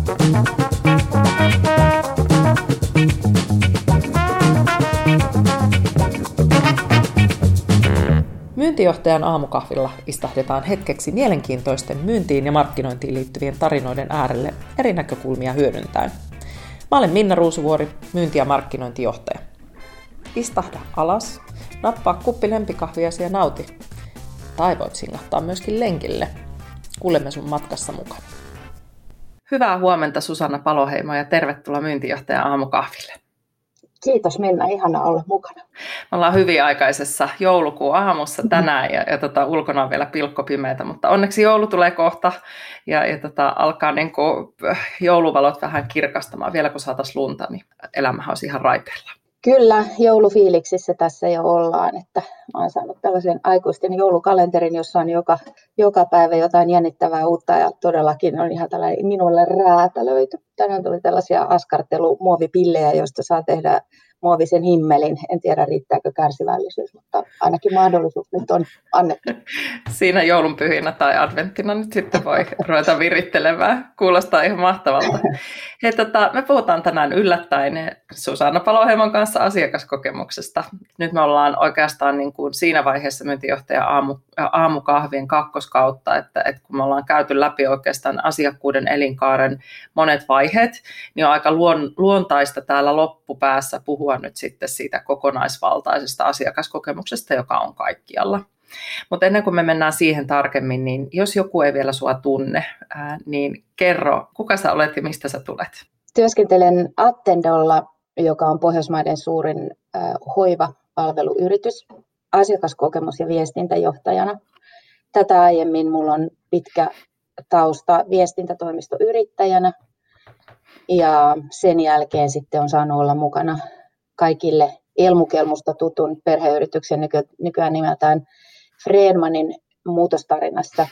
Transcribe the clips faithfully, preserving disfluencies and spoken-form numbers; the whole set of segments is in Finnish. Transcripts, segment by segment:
Myyntijohtajan aamukahvilla istahdetaan hetkeksi mielenkiintoisten myyntiin ja markkinointiin liittyvien tarinoiden äärelle eri näkökulmia hyödyntäen. Mä olen Minna Ruusuvuori, myynti- ja markkinointijohtaja. Istahda alas, nappaa kuppi lempikahviasi ja nauti. Tai voit singahtaa myöskin lenkille. Kuulemme sun matkassa mukana. Hyvää huomenta Susanna Paloheimo ja tervetuloa myyntijohtajan aamukahville. Kiitos Minna, ihana olla mukana. Me ollaan hyvin aikaisessa joulukuun aamussa tänään ja, ja tota, ulkona on vielä pilkkopimeätä, mutta onneksi joulu tulee kohta ja, ja tota, alkaa niin kuin jouluvalot vähän kirkastamaan. Vielä kun saataisiin lunta, niin elämähän olisi ihan raipeella. Kyllä, joulufiiliksissä tässä jo ollaan, että mä oon saanut tällaisen aikuisten joulukalenterin, jossa on joka, joka päivä jotain jännittävää uutta ja todellakin on ihan tällainen minulle räätälöity. Tänään tuli tällaisia askartelumuovipillejä, joista saa tehdä muovisen himmelin. En tiedä riittääkö kärsivällisyys, mutta ainakin mahdollisuus nyt on annettu. Siinä joulunpyhinä tai adventtina nyt sitten voi ruveta virittelemään. Kuulostaa ihan mahtavalta. Hei, tota, me puhutaan tänään yllättäen Susanna Paloheimon kanssa asiakaskokemuksesta. Nyt me ollaan oikeastaan niin kuin siinä vaiheessa myyntijohtajan aamu, aamukahvien kakkoskautta, että, että kun me ollaan käyty läpi oikeastaan asiakkuuden elinkaaren monet vaiheet, niin on aika luon, luontaista täällä loppupäässä puhua nyt sitten siitä kokonaisvaltaisesta asiakaskokemuksesta, joka on kaikkialla. Mutta ennen kuin me mennään siihen tarkemmin, niin jos joku ei vielä sua tunne, ää, niin kerro, kuka sä olet ja mistä sä tulet? Työskentelen Attendolla, joka on Pohjoismaiden suurin äh, hoivapalveluyritys, asiakaskokemus- ja viestintäjohtajana. Tätä aiemmin minulla on pitkä tausta viestintätoimistoyrittäjänä ja sen jälkeen sitten on saanut olla mukana kaikille Elmukelmusta tutun perheyrityksen nyky- nykyään nimeltään Fredmanin muutostarinassa.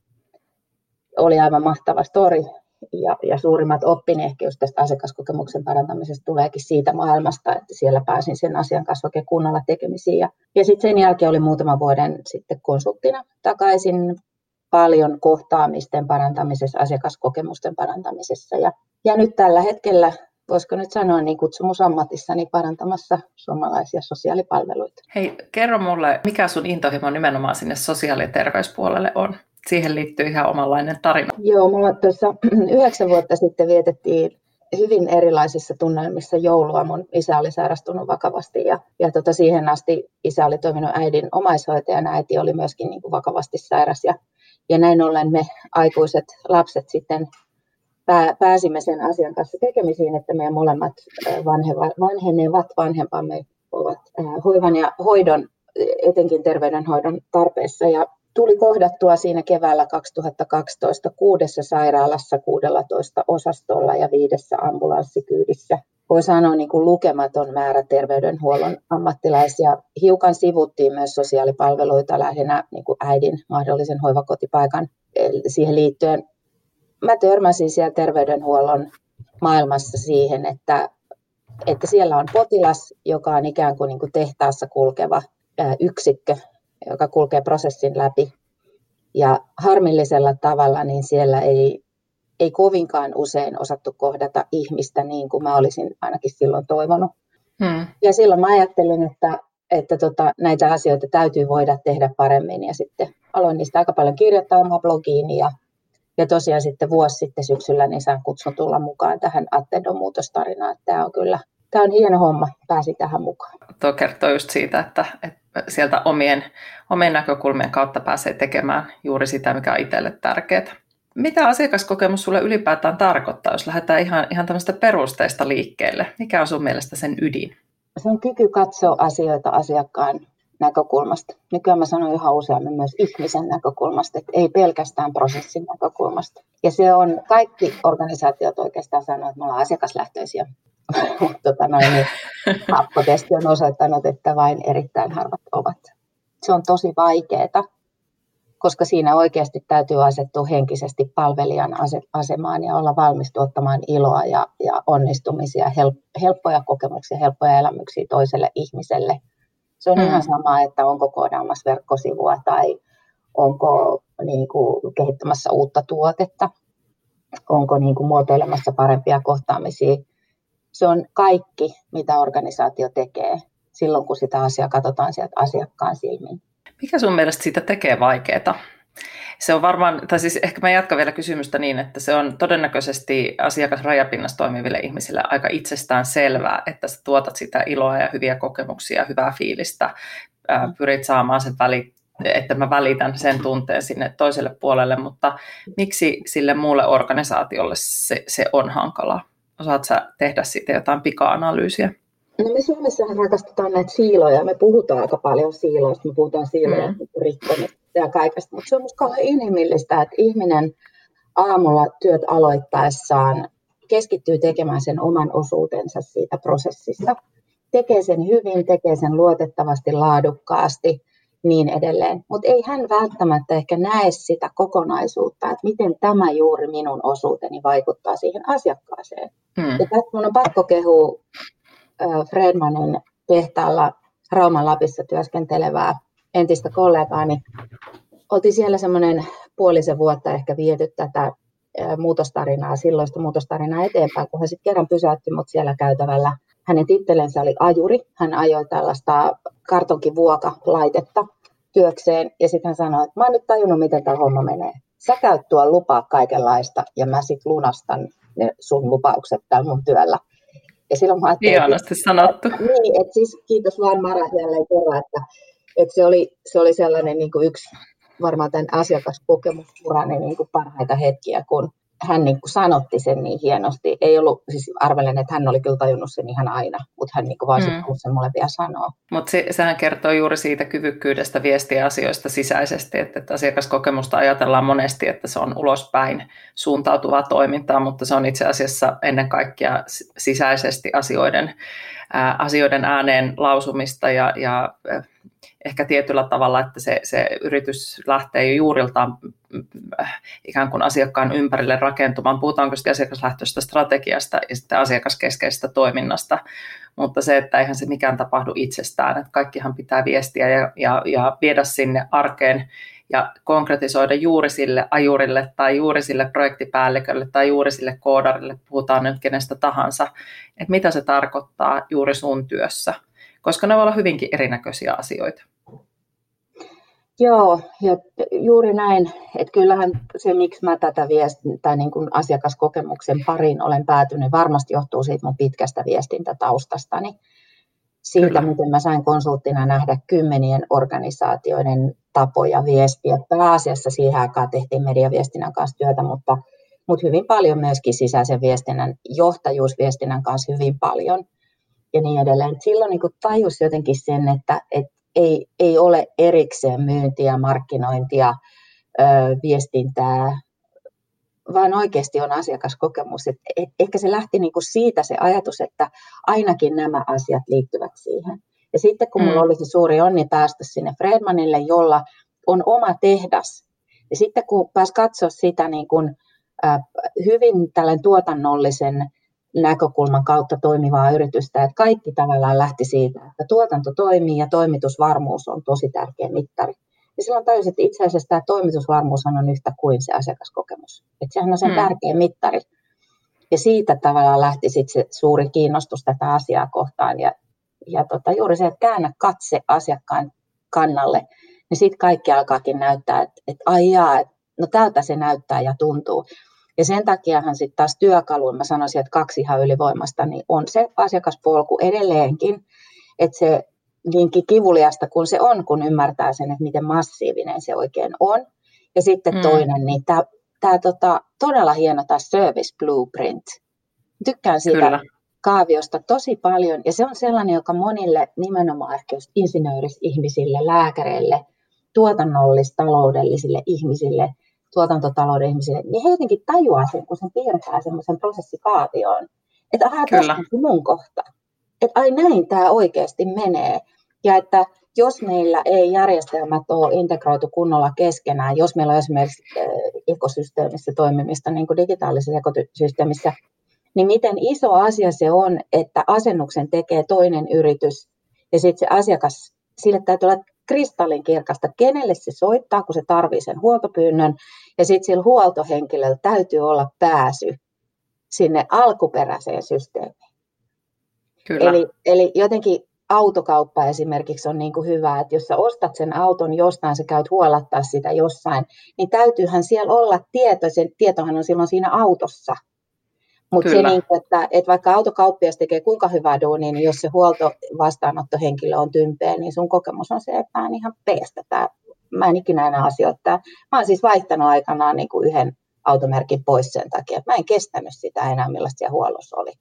Oli aivan mahtava story ja, ja suurimmat oppini ehkä just tästä asiakaskokemuksen parantamisesta tuleekin siitä maailmasta, että siellä pääsin sen asian kanssa oikein kunnolla tekemisiin. Ja, ja sitten sen jälkeen oli muutaman vuoden sitten konsulttina takaisin paljon kohtaamisten parantamisessa, asiakaskokemusten parantamisessa. Ja, ja nyt tällä hetkellä, voisiko nyt sanoa, niin kutsumusammatissani parantamassa suomalaisia sosiaalipalveluita. Hei, kerro mulle, mikä sun intohimo nimenomaan sinne sosiaali- ja terveyspuolelle on? Siihen liittyy ihan omanlainen tarina. Joo, mulla tuossa yhdeksän vuotta sitten vietettiin hyvin erilaisissa tunnelmissa joulua. Mun isä oli sairastunut vakavasti ja, ja tota siihen asti isä oli toiminut äidin omaishoitajana. Äiti oli myöskin niin kuin vakavasti sairas ja, ja näin ollen me aikuiset lapset sitten pää, pääsimme sen asian kanssa tekemisiin, että meidän molemmat vanhenevat vanhempamme ovat hoivan ja hoidon, etenkin terveydenhoidon tarpeessa. Ja tuli kohdattua siinä keväällä kaksituhattakaksitoista kuudessa sairaalassa, kuusitoista osastolla ja viidessä ambulanssikyydissä. Voi sanoa niin kuin lukematon määrä terveydenhuollon ammattilaisia. Hiukan sivuttiin myös sosiaalipalveluita lähinnä niin kuin äidin mahdollisen hoivakotipaikan siihen liittyen. Mä törmäsin siellä terveydenhuollon maailmassa siihen, että, että siellä on potilas, joka on ikään kuin, niin kuin tehtaassa kulkeva yksikkö, joka kulkee prosessin läpi. Ja harmillisella tavalla niin siellä ei, ei kovinkaan usein osattu kohdata ihmistä niin kuin mä olisin ainakin silloin toivonut. Hmm. Ja silloin mä ajattelin, että, että tota, näitä asioita täytyy voida tehdä paremmin. Ja sitten aloin niistä aika paljon kirjoittaa omaa blogiin. Ja, ja tosiaan sitten vuosi sitten syksyllä niin sain kutsun tulla mukaan tähän Attendon muutostarinaan. Tämä on kyllä tämä on hieno homma, pääsi tähän mukaan. Tuo kertoo just siitä, että, että sieltä omien, omien näkökulmien kautta pääsee tekemään juuri sitä, mikä on itselle tärkeää. Mitä asiakaskokemus sulle ylipäätään tarkoittaa, jos lähdetään ihan, ihan tämmöistä perusteista liikkeelle? Mikä on sun mielestä sen ydin? Se on kyky katsoa asioita asiakkaan näkökulmasta. Nykyään mä sanon yhä useammin myös ihmisen näkökulmasta, että ei pelkästään prosessin näkökulmasta. Ja se on, kaikki organisaatiot oikeastaan sanoo, että me ollaan asiakaslähtöisiä. tota noin, niin happotesti on osoittanut, että vain erittäin harvat ovat. Se on tosi vaikeaa, koska siinä oikeasti täytyy asettua henkisesti palvelijan asemaan ja olla valmis tuottamaan iloa ja, ja onnistumisia, helppoja kokemuksia, helppoja elämyksiä toiselle ihmiselle. Se on mm. ihan sama, että onko koodaamassa verkkosivua tai onko niin kuin, kehittämässä uutta tuotetta. onko niin kuin muotoilemassa parempia kohtaamisia. Se on kaikki, mitä organisaatio tekee silloin, kun sitä asiaa katsotaan sieltä asiakkaan silmin. Mikä sun mielestä siitä tekee vaikeaa? Se on varmaan, tai siis ehkä mä jatkan vielä kysymystä niin, että se on todennäköisesti asiakasrajapinnassa toimiville ihmisille aika itsestään selvää, että sä tuotat sitä iloa ja hyviä kokemuksia ja hyvää fiilistä, ää, pyrit saamaan sen väli, että mä välitän sen tunteen sinne toiselle puolelle, mutta miksi sille muulle organisaatiolle se, se on hankalaa? Osaatko sä tehdä siitä jotain pika-analyysiä? No me Suomessahan rakastetaan näitä siiloja, me puhutaan aika paljon siiloista, me puhutaan siiloja mm. rikkomista ja kaikesta, mutta se on musta kauhean inhimillistä, että ihminen aamulla työt aloittaessaan keskittyy tekemään sen oman osuutensa siitä prosessista, tekee sen hyvin, tekee sen luotettavasti, laadukkaasti, niin edelleen, mutta ei hän välttämättä ehkä näe sitä kokonaisuutta, että miten tämä juuri minun osuuteni vaikuttaa siihen asiakkaaseen. Mm. Ja tästä minun on pakko kehua Fredmanin tehtaalla Rauman Lapissa työskentelevää entistä kollegaani. Oltiin siellä semmoinen puolisen vuotta ehkä viety tätä muutostarinaa, silloista muutostarinaa eteenpäin, kun hän sitten kerran pysäytti mut siellä käytävällä. Hänen tittelensä oli ajuri. Hän ajoi tällaista kartonkivuokalaitetta työkseen ja sitten hän sanoi, että mä oon nyt tajunnut, miten tämä homma menee. Sä käyt tuolla lupaa kaikenlaista ja mä sitten lunastan ne sun lupaukset tällä mun työllä. Ja silloin mä ajattelin, hienosti sanottu. Että, niin, että siis kiitos vaan Mara jälleen kerran, että, että se, oli, se oli sellainen niin kuin yksi varmaan tämän asiakaskokemusurani niin kuin parhaita hetkiä, kun hän niin kuin sanotti sen niin hienosti. Ei ollut, siis arvelen, että hän oli kyllä tajunnut sen ihan aina, mutta hän niin kuin vaan mm. sen mulle vielä sanoa. Mutta se, sehän kertoo juuri siitä kyvykkyydestä viestiä asioista sisäisesti, että, että asiakaskokemusta ajatellaan monesti, että se on ulospäin suuntautuvaa toimintaa, mutta se on itse asiassa ennen kaikkea sisäisesti asioiden, ää, asioiden ääneen lausumista ja, ja ehkä tietyllä tavalla, että se, se yritys lähtee jo juuriltaan ikään kuin asiakkaan ympärille rakentumaan. Puhutaanko sitten asiakaslähtöisestä strategiasta ja sitten asiakaskeskeisestä toiminnasta, mutta se, että eihän se mikään tapahdu itsestään, että kaikkihan pitää viestiä ja, ja, ja viedä sinne arkeen ja konkretisoida juuri sille ajurille tai juuri sille projektipäällikölle tai juuri sille koodarille, puhutaan nyt kenestä tahansa, että mitä se tarkoittaa juuri sun työssä, koska ne voi olla hyvinkin erinäköisiä asioita. Joo, ja juuri näin, että kyllähän se, miksi mä tätä viestintää niin kuin asiakaskokemuksen pariin olen päätynyt, varmasti johtuu siitä mun pitkästä viestintätaustastani. Siitä, Kyllä. miten mä sain konsulttina nähdä kymmenien organisaatioiden tapoja viestiä. Pääasiassa siihen aikaan tehtiin mediaviestinnän kanssa työtä, mutta, mutta hyvin paljon myöskin sisäisen viestinnän, johtajuusviestinnän kanssa hyvin paljon ja niin edelleen. Silloin niin kuin tajus jotenkin sen, että, että Ei, ei ole erikseen myyntiä, markkinointia, ö, viestintää, vaan oikeasti on asiakaskokemus. Et, et, ehkä se lähti niinku siitä se ajatus, että ainakin nämä asiat liittyvät siihen. Ja sitten kun minulla mm. oli se suuri onni päästä sinne Fredmanille, jolla on oma tehdas, ja sitten kun pääsi katsoa sitä niin kun, äh, hyvin tällainen tuotannollisen näkökulman kautta toimivaa yritystä, että kaikki tavallaan lähti siitä, että tuotanto toimii ja toimitusvarmuus on tosi tärkeä mittari. Ja silloin tajusin, että itse asiassa tämä toimitusvarmuus on yhtä kuin se asiakaskokemus. Että sehän on sen hmm. tärkeä mittari. Ja siitä tavallaan lähti sitten se suuri kiinnostus tätä asiaa kohtaan. Ja, ja tota, juuri se, että käännä katse asiakkaan kannalle, niin sitten kaikki alkaakin näyttää, että, että ai jaa, että no tältä se näyttää ja tuntuu. Ja sen takiahan sitten taas työkaluun, mä sanoisin, että kaksi ihan ylivoimasta, niin on se asiakaspolku edelleenkin, että se niinkin kivuliasta kuin se on, kun ymmärtää sen, että miten massiivinen se oikein on. Ja sitten mm. toinen, niin tämä tota, todella hieno tämä service blueprint. Tykkään siitä Kyllä. kaaviosta tosi paljon, ja se on sellainen, joka monille nimenomaan ehkä just insinöörisihmisille, lääkäreille, tuotannollis-taloudellisille ihmisille, tuotantotalouden ihmisille, niin he jotenkin tajuaa sen, kun sen piirtää semmoisen prosessikaavioon, että ahaa, tässä on mun kohta. Että ai näin tämä oikeasti menee. Ja että jos meillä ei järjestelmät ole integroitu kunnolla keskenään, jos meillä on esimerkiksi ekosysteemissä toimimista, niin kuin digitaalisessa ekosysteemissä, niin miten iso asia se on, että asennuksen tekee toinen yritys ja sitten se asiakas, sille täytyy olla kristallinkirkasta, kenelle se soittaa, kun se tarvitsee sen huoltopyynnön. Ja sitten sillä huoltohenkilöllä täytyy olla pääsy sinne alkuperäiseen systeemiin. Kyllä. Eli, eli jotenkin autokauppa esimerkiksi on niin kuin hyvä, että jos sä ostat sen auton jostain, sä käyt huolattaa sitä jossain, niin täytyyhän siellä olla tieto, se tietohan on silloin siinä autossa. Mutta se, niin, että, että vaikka autokauppias tekee kuinka hyvää duunia, niin jos se huoltovastaanottohenkilö on tympeä, niin sun kokemus on se, että mä en ihan peestä. Tää, mä en ikinä enää asioittaa. Mä oon siis vaihtanut aikanaan niin kuin yhden automerkin pois sen takia, että mä en kestänyt sitä enää, millaista siellä huollossa oli.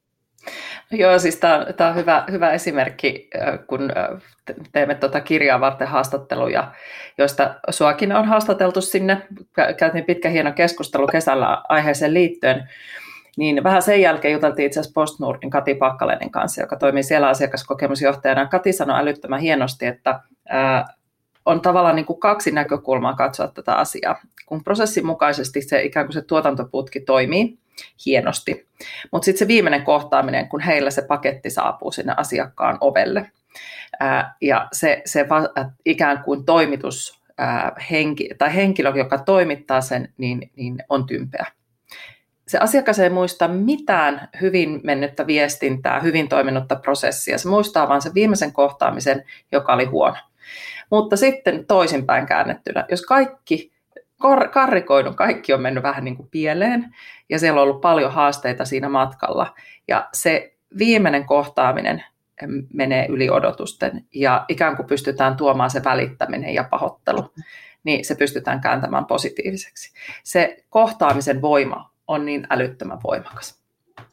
Joo, siis tämä on hyvä, hyvä esimerkki, kun teemme tuota kirjaa varten haastatteluja, joista suakin on haastateltu sinne. Käytiin pitkä hieno keskustelu kesällä aiheeseen liittyen. Niin vähän sen jälkeen juteltiin itse asiassa PostNordin Kati Pakkaleinen kanssa, joka toimii siellä asiakaskokemusjohtajana. Kati sanoi älyttömän hienosti, että ää, on tavallaan niin kuin kaksi näkökulmaa katsoa tätä asiaa. Kun prosessin mukaisesti se ikään kuin se tuotantoputki toimii hienosti, mutta sitten se viimeinen kohtaaminen, kun heillä se paketti saapuu sinne asiakkaan ovelle, ää, ja se, se va, ikään kuin toimitus ää, henki, tai henkilö, joka toimittaa sen, niin, niin on tympeä. Se asiakas ei muista mitään hyvin mennyttä viestintää, hyvin toiminutta prosessia. Se muistaa vain sen viimeisen kohtaamisen, joka oli huono. Mutta sitten toisinpäin käännettynä, jos kaikki, karrikoidun, kaikki on mennyt vähän niin kuin pieleen ja siellä on ollut paljon haasteita siinä matkalla ja se viimeinen kohtaaminen menee yli odotusten ja ikään kuin pystytään tuomaan se välittäminen ja pahoittelu, niin se pystytään kääntämään positiiviseksi. Se kohtaamisen voima on niin älyttömän voimakas.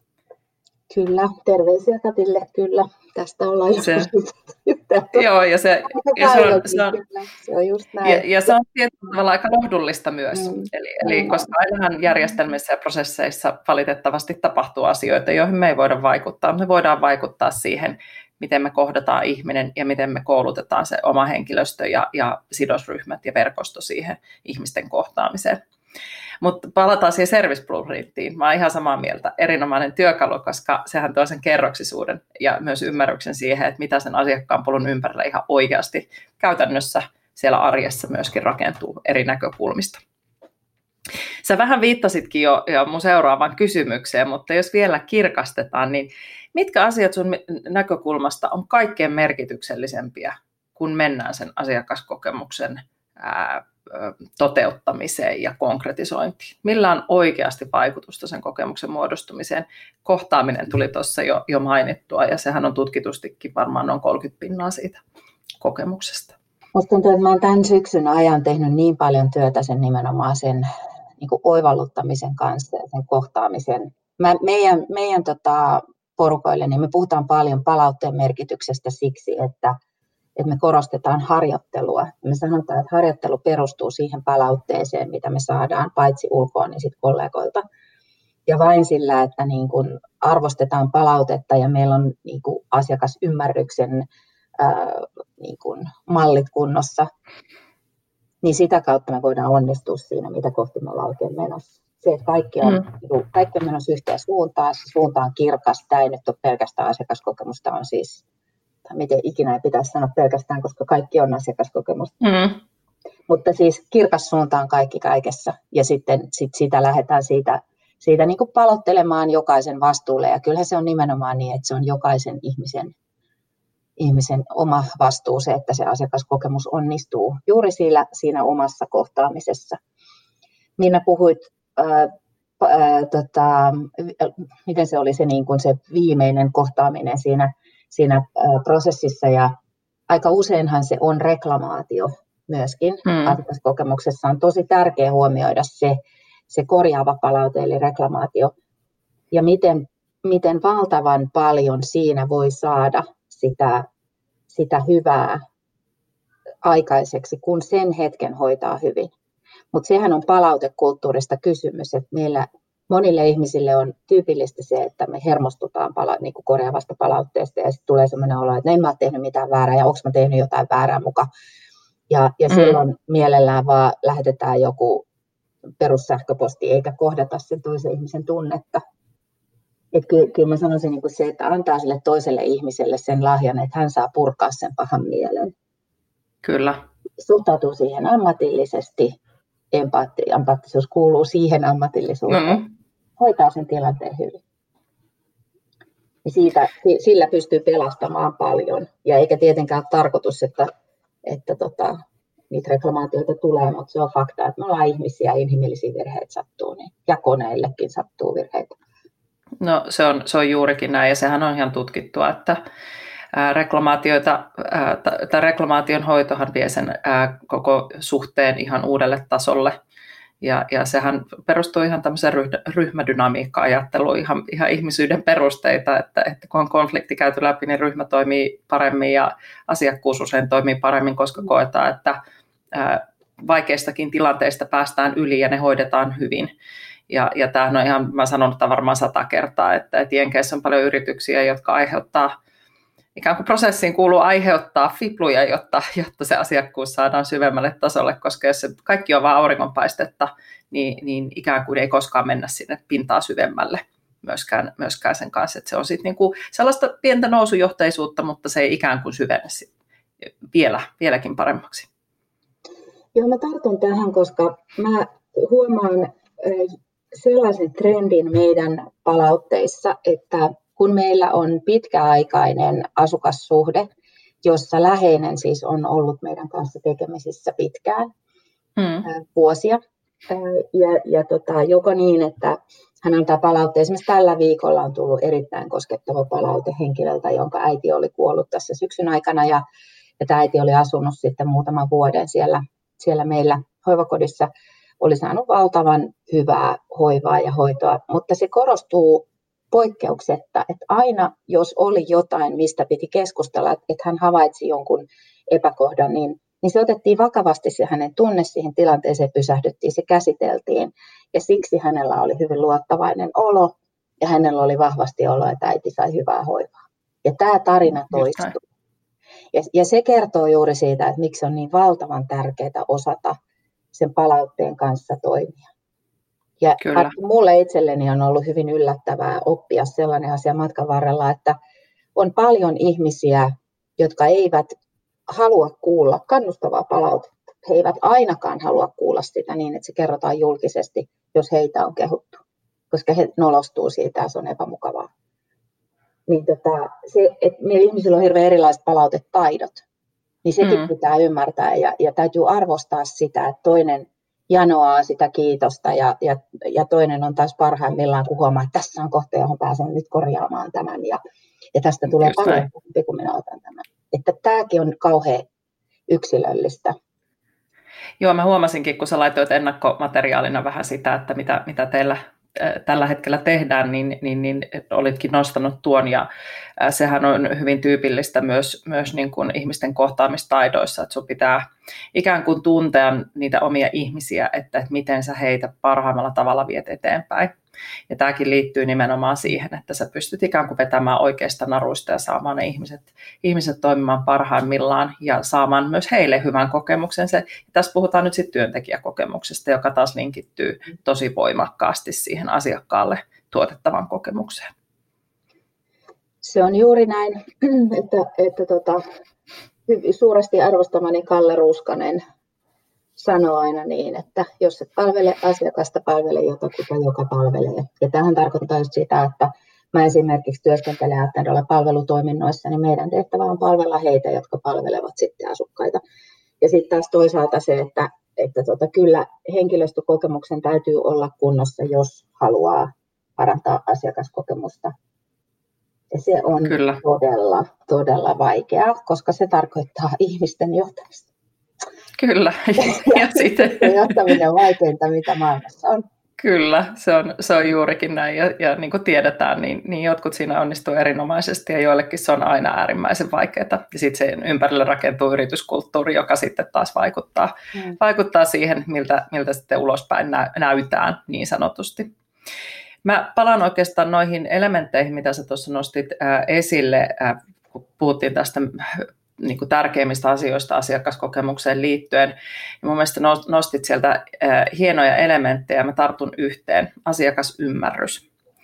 Kyllä, terveisiä Katille, kyllä. Tästä ollaan joskus juttu. Joo, ja se, ja se, on, se, on, se on just näin. Ja, ja se on tietyllä tavalla aika lohdullista myös, mm. eli, eli koska ainahan järjestelmissä ja prosesseissa valitettavasti tapahtuu asioita, joihin me ei voida vaikuttaa. Me voidaan vaikuttaa siihen, miten me kohdataan ihminen ja miten me koulutetaan se oma henkilöstö ja, ja sidosryhmät ja verkosto siihen ihmisten kohtaamiseen. Mutta palataan siihen Service Blueprintiin. Mä oon ihan samaa mieltä. Erinomainen työkalu, koska sehän tuo sen kerroksisuuden ja myös ymmärryksen siihen, että mitä sen asiakkaan polun ympärillä ihan oikeasti käytännössä siellä arjessa myöskin rakentuu eri näkökulmista. Sä vähän viittasitkin jo, jo mun seuraavaan kysymykseen, mutta jos vielä kirkastetaan, niin mitkä asiat sun näkökulmasta on kaikkein merkityksellisempiä, kun mennään sen asiakaskokemuksen ää, toteuttamiseen ja konkretisointiin? Millä on oikeasti vaikutusta sen kokemuksen muodostumiseen? Kohtaaminen tuli tuossa jo, jo mainittua, ja sehän on tutkitustikin varmaan noin kolmekymmentä pinnaa siitä kokemuksesta. Musta tuntuu, että mä oon tämän syksyn ajan tehnyt niin paljon työtä sen nimenomaan sen niin kuin oivalluttamisen kanssa ja sen kohtaamisen. Mä, meidän meidän tota, porukoille niin me puhutaan paljon palautteen merkityksestä siksi, että että me korostetaan harjoittelua. Me sanotaan, että harjoittelu perustuu siihen palautteeseen, mitä me saadaan paitsi ulkoa, niin sitten kollegoilta. Ja vain sillä, että niin kun arvostetaan palautetta ja meillä on niin kun asiakasymmärryksen ää, niin kun mallit kunnossa, niin sitä kautta me voidaan onnistua siinä, mitä kohti me ollaan oikein menossa. Se, että kaikki on, mm. kaikki on menossa yhteen suuntaan, se suunta on kirkas, tämä ei nyt ole pelkästään asiakaskokemusta, on siis miten ikinä ei pitäisi sanoa pelkästään, koska kaikki on asiakaskokemusta. Mm. Mutta siis kirkas suunta on kaikki kaikessa, ja sitten sit sitä lähdetään siitä, siitä niin kuin palottelemaan jokaisen vastuulle, ja kyllähän se on nimenomaan niin, että se on jokaisen ihmisen, ihmisen oma vastuu se, että se asiakaskokemus onnistuu juuri siinä, siinä omassa kohtaamisessa. Minä puhuit, ää, ää, tota, miten se oli se, niin kuin se viimeinen kohtaaminen siinä, siinä prosessissa, ja aika useinhan se on reklamaatio myöskin. Hmm. Asiakaskokemuksessa on tosi tärkeää huomioida se, se korjaava palaute, eli reklamaatio, ja miten, miten valtavan paljon siinä voi saada sitä, sitä hyvää aikaiseksi, kun sen hetken hoitaa hyvin. Mutta sehän on palautekulttuurista kysymys, että meillä monille ihmisille on tyypillistä se, että me hermostutaan pala- niin kuin korjaavasta palautteesta ja sitten tulee sellainen olo, että en mä ole tehnyt mitään väärää ja onko mä tehnyt jotain väärää muka. Ja, ja silloin mm. mielellään vaan lähetetään joku perussähköposti eikä kohdata sen toisen ihmisen tunnetta. Et kyllä, kyllä mä sanoisin niin kuin se, että antaa sille toiselle ihmiselle sen lahjan, että hän saa purkaa sen pahan mielen. Kyllä. Suhtautuu siihen ammatillisesti. Empaatti, empaattisuus kuuluu siihen ammatillisuuteen. Mm. Hoitaa sen tilanteen hyvin. Ja siitä, sillä pystyy pelastamaan paljon. Ja eikä tietenkään ole tarkoitus, että, että tota, niitä reklamaatioita tulee, mutta se on fakta, että me ollaan ihmisiä, inhimillisiä virheitä sattuu, niin, ja koneillekin sattuu virheitä. No se on, se on juurikin näin, ja sehän on ihan tutkittua, että ää, reklamaatioita, ää, tai reklamaation hoitohan vie sen ää, koko suhteen ihan uudelle tasolle. Ja, ja sehän perustuu ihan tämmöiseen ryhmädynamiikka-ajatteluun, ihan, ihan ihmisyyden perusteita, että, että kun on konflikti käyty läpi, niin ryhmä toimii paremmin ja asiakkuus usein toimii paremmin, koska koetaan, että ää, vaikeistakin tilanteista päästään yli ja ne hoidetaan hyvin. Ja, ja tämähän on ihan, mä sanon että varmaan sata kertaa, että, että Jenkeissä on paljon yrityksiä, jotka aiheuttaa, ikään kuin prosessiin kuuluu aiheuttaa fipluja, jotta, jotta se asiakkuus saadaan syvemmälle tasolle, koska jos se kaikki on vain auringonpaistetta, niin, niin ikään kuin ei koskaan mennä sinne pintaa syvemmälle myöskään, myöskään sen kanssa. Että se on sitten niinku sellaista pientä nousujohteisuutta, mutta se ei ikään kuin syvene vielä, vieläkin paremmaksi. Joo, mä tartun tähän, koska mä huomaan sellaisen trendin meidän palautteissa, että kun meillä on pitkäaikainen asukassuhde, jossa läheinen siis on ollut meidän kanssa tekemisissä pitkään, hmm. vuosia, ja, ja tota, joko niin, että hän antaa palautteen. Esimerkiksi tällä viikolla on tullut erittäin koskettava palaute henkilöltä, jonka äiti oli kuollut tässä syksyn aikana, ja, ja tämä äiti oli asunut sitten muutaman vuoden siellä, siellä meillä hoivakodissa, oli saanut valtavan hyvää hoivaa ja hoitoa, mutta se korostuu poikkeuksetta, että aina jos oli jotain, mistä piti keskustella, että hän havaitsi jonkun epäkohdan, niin, niin se otettiin vakavasti se hänen tunne siihen tilanteeseen, pysähdyttiin, se käsiteltiin ja siksi hänellä oli hyvin luottavainen olo ja hänellä oli vahvasti olo, että äiti sai hyvää hoivaa. Ja tämä tarina toistuu. Ja, ja se kertoo juuri siitä, että miksi on niin valtavan tärkeää osata sen palautteen kanssa toimia. Ja mulle itselleni on ollut hyvin yllättävää oppia sellainen asia matkan varrella, että on paljon ihmisiä, jotka eivät halua kuulla kannustavaa palautetta. He eivät ainakaan halua kuulla sitä niin, että se kerrotaan julkisesti, jos heitä on kehuttu, koska he nolostuu siitä ja se on epämukavaa. Niin tota, se, että meillä ihmisillä on hirveän erilaiset palautetaidot, niin sekin mm. pitää ymmärtää ja, ja täytyy arvostaa sitä, että toinen janoaa sitä kiitosta ja, ja, ja toinen on taas parhaimmillaan, kun huomaa, että tässä on kohta, johon pääsen nyt korjaamaan tämän ja, ja tästä tulee Just paljon parempi, kun minä otan tämän. Että tämäkin on kauhean yksilöllistä. Joo, mä huomasinkin, kun sä laitoit ennakkomateriaalina vähän sitä, että mitä, mitä teillä tällä hetkellä tehdään, niin, niin, niin olitkin nostanut tuon, ja sehän on hyvin tyypillistä myös, myös niin kuin ihmisten kohtaamistaidoissa, että sun pitää ikään kuin tuntea niitä omia ihmisiä, että, että miten sä heitä parhaimmalla tavalla viet eteenpäin. Ja tämäkin liittyy nimenomaan siihen, että sä pystyt ikään kuin vetämään oikeasta naruista ja saamaan ne ihmiset, ihmiset toimimaan parhaimmillaan ja saamaan myös heille hyvän kokemuksen. Se, tässä puhutaan nyt sitten työntekijäkokemuksesta, joka taas linkittyy tosi voimakkaasti siihen asiakkaalle tuotettavaan kokemukseen. Se on juuri näin, että, että tota, suuresti arvostamani Kalle Ruuskanen sanoo aina niin, että jos et palvele asiakasta, palvele jotakuta, joka palvelee. Ja tämähän tarkoittaa just sitä, että mä esimerkiksi työskentelen Attendolla palvelutoiminnoissa, niin meidän tehtävä on palvella heitä, jotka palvelevat sitten asukkaita. Ja sitten taas toisaalta se, että, että tota, kyllä henkilöstökokemuksen täytyy olla kunnossa, jos haluaa parantaa asiakaskokemusta. Ja se on kyllä todella, todella vaikeaa, koska se tarkoittaa ihmisten johtamista. Kyllä. Ja, ja sitten johtaminen on vaikeinta, mitä maailmassa on. Kyllä, se on, se on juurikin näin. Ja, ja niin kuin tiedetään, niin, niin jotkut siinä onnistuu erinomaisesti ja joillekin se on aina äärimmäisen vaikeaa. Ja sitten sen ympärille rakentuu yrityskulttuuri, joka sitten taas vaikuttaa, mm. vaikuttaa siihen, miltä, miltä sitten ulospäin nä, näytään niin sanotusti. Mä palaan oikeastaan noihin elementteihin, mitä sä tuossa nostit äh, esille, äh, kun puhuttiin tästä niin kuin tärkeimmistä asioista asiakaskokemukseen liittyen. Ja mun mielestä nostit sieltä äh, hienoja elementtejä, mä tartun yhteen, asiakasymmärrys.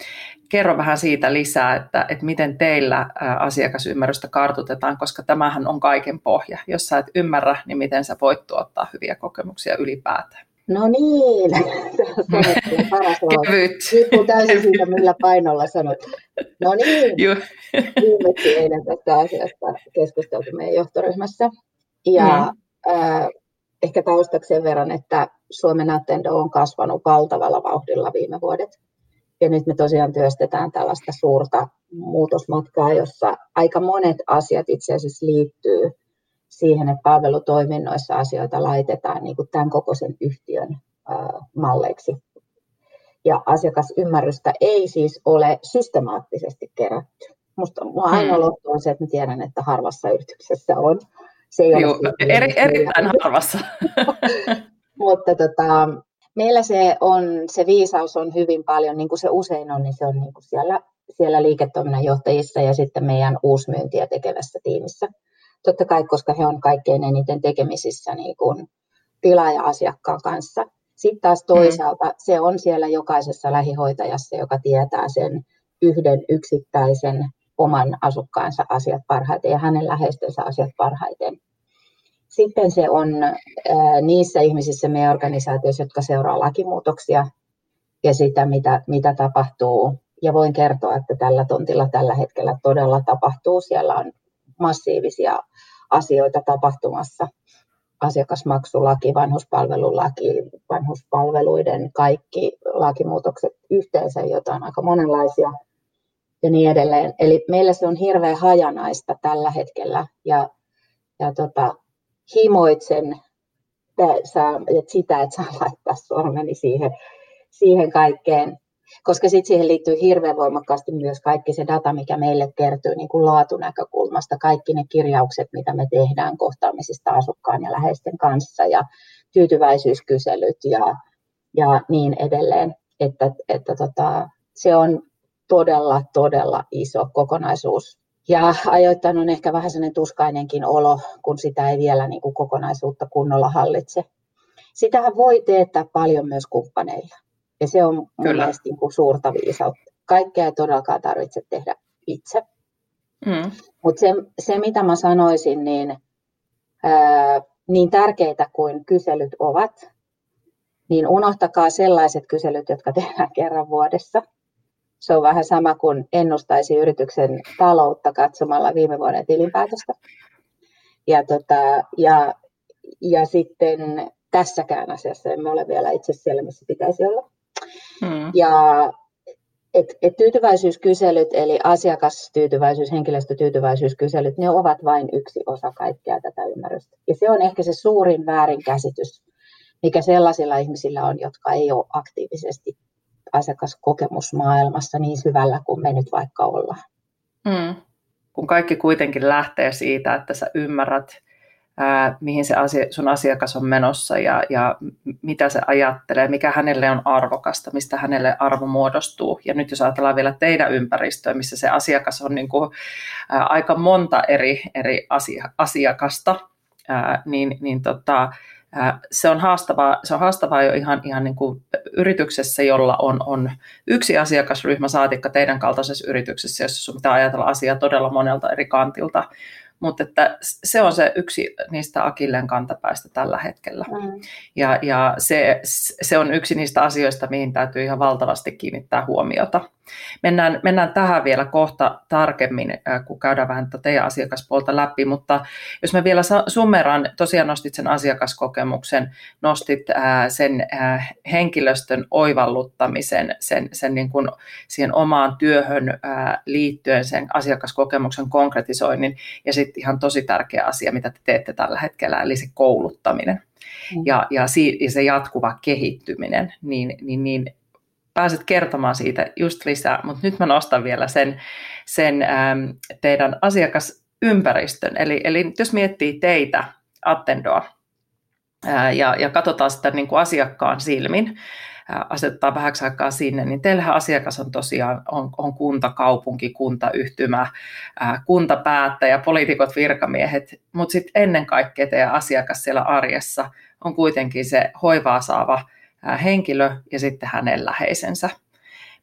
kerro vähän siitä lisää, että, että miten teillä asiakasymmärrystä kartoitetaan, koska tämähän on kaiken pohja. Jos sä et ymmärrä, niin miten sä voit tuottaa hyviä kokemuksia ylipäätään. No niin, se on paras Kevyt. Riippuu täysin siitä, millä painolla sanot. No niin, viimeksi eilen tästä asiasta keskusteltu meidän johtoryhmässä. Ja mm. äh, ehkä taustaksi sen verran, että Suomen Attendo on kasvanut valtavalla vauhdilla viime vuodet. Ja nyt me tosiaan työstetään tällaista suurta muutosmatkaa, jossa aika monet asiat itse asiassa liittyy siihen, että palvelutoiminnoissa asioita laitetaan niin kuin tämän kokoisen yhtiön äh, malleiksi. Ja asiakasymmärrystä ei siis ole systemaattisesti kerätty. Minusta ainoa lohtu on se, että tiedän, että harvassa yrityksessä on. Se ei Joo, ole eri, erittäin harvassa. Mutta tota, meillä se, on, se viisaus on hyvin paljon, niin kuin se usein on, niin se on niin kuin siellä, siellä liiketoiminnanjohtajissa ja sitten meidän uusmyyntiä tekevässä tiimissä. Totta kai, koska he on kaikkein eniten tekemisissä niin kuin tilaaja-asiakkaan kanssa. Sitten taas toisaalta mm. se on siellä jokaisessa lähihoitajassa, joka tietää sen yhden yksittäisen oman asukkaansa asiat parhaiten ja hänen läheistensä asiat parhaiten. Sitten se on ää, niissä ihmisissä meidän organisaatioissa, jotka seuraa lakimuutoksia ja sitä, mitä, mitä tapahtuu. Ja voin kertoa, että tällä tontilla tällä hetkellä todella tapahtuu. Siellä on massiivisia asioita tapahtumassa. Asiakasmaksulaki, vanhuspalvelulaki, vanhuspalveluiden kaikki lakimuutokset yhteensä, joita on aika monenlaisia ja niin edelleen. Eli meillä se on hirveän hajanaista tällä hetkellä ja, ja tota, himoitsen että sitä, että saa laittaa sormeni siihen, siihen kaikkeen. Koska sitten siihen liittyy hirveän voimakkaasti myös kaikki se data, mikä meille kertyy niin kuin laatunäkökulmasta. Kaikki ne kirjaukset, mitä me tehdään kohtaamisista asukkaan ja läheisten kanssa ja tyytyväisyyskyselyt ja, ja niin edelleen. Että, että tota, se on todella, todella iso kokonaisuus. Ja ajoittain on ehkä vähän sellainen tuskainenkin olo, kun sitä ei vielä niin kuin kokonaisuutta kunnolla hallitse. Sitähän voi teettää paljon myös kumppaneilla. Ja se on mun mielestä niin kuin suurta viisautta. Kaikkea ei todellakaan tarvitse tehdä itse. Mm. Mutta se, se, mitä mä sanoisin, niin, ää, niin tärkeitä kuin kyselyt ovat, niin unohtakaa sellaiset kyselyt, jotka tehdään kerran vuodessa. Se on vähän sama kuin ennustaisi yrityksen taloutta katsomalla viime vuoden tilinpäätöstä. Ja, tota, ja, ja sitten tässäkään asiassa emme ole vielä itse siellä, missä pitäisi olla. Hmm. Ja et, et tyytyväisyyskyselyt, eli asiakastyytyväisyys, henkilöstötyytyväisyyskyselyt, ne ovat vain yksi osa kaikkea tätä ymmärrystä. Ja se on ehkä se suurin väärinkäsitys, mikä sellaisilla ihmisillä on, jotka ei ole aktiivisesti asiakaskokemusmaailmassa niin syvällä kuin me nyt vaikka ollaan. Hmm. Kun kaikki kuitenkin lähtee siitä, että sä ymmärrät, ää, mihin se asia, sun asiakas on menossa ja, ja mitä se ajattelee, mikä hänelle on arvokasta, mistä hänelle arvo muodostuu. Ja nyt jos ajatellaan vielä teidän ympäristöä, missä se asiakas on niin kuin, ää, aika monta eri, eri asia, asiakasta, ää, niin, niin tota, Se on haastavaa, se on haastavaa jo ihan, ihan niin kuin yrityksessä, jolla on, on yksi asiakasryhmä, saatikka teidän kaltaisessa yrityksessä, jossa sun pitää ajatella asiaa todella monelta eri kantilta. Mutta että se on se yksi niistä akilleen kantapäistä tällä hetkellä. Mm. Ja, ja se, se on yksi niistä asioista, mihin täytyy ihan valtavasti kiinnittää huomiota. Mennään, mennään tähän vielä kohta tarkemmin, kun käydään vähän teidän asiakaspuolta läpi, mutta jos mä vielä summeraan, tosiaan nostit sen asiakaskokemuksen, nostit sen henkilöstön oivalluttamisen, sen, sen niin kuin siihen omaan työhön liittyen, sen asiakaskokemuksen konkretisoinnin, ja sitten ihan tosi tärkeä asia, mitä te teette tällä hetkellä, eli se kouluttaminen mm. ja, ja, si, ja se jatkuva kehittyminen, niin, niin, niin pääset kertomaan siitä just lisää, mutta nyt mä nostan vielä sen, sen ähm, teidän asiakasympäristön. Eli, eli jos miettii teitä, Attendoa, ää, ja, ja katsotaan sitä niin kuin asiakkaan silmin, ää, asettaa vähäksi aikaa sinne, niin teillähän asiakas on tosiaan on, on kunta, kaupunki, kuntayhtymä, ää, kuntapäättäjä, poliitikot, virkamiehet, mutta sitten ennen kaikkea teidän asiakas siellä arjessa on kuitenkin se hoivaa saava henkilö ja sitten hänen läheisensä.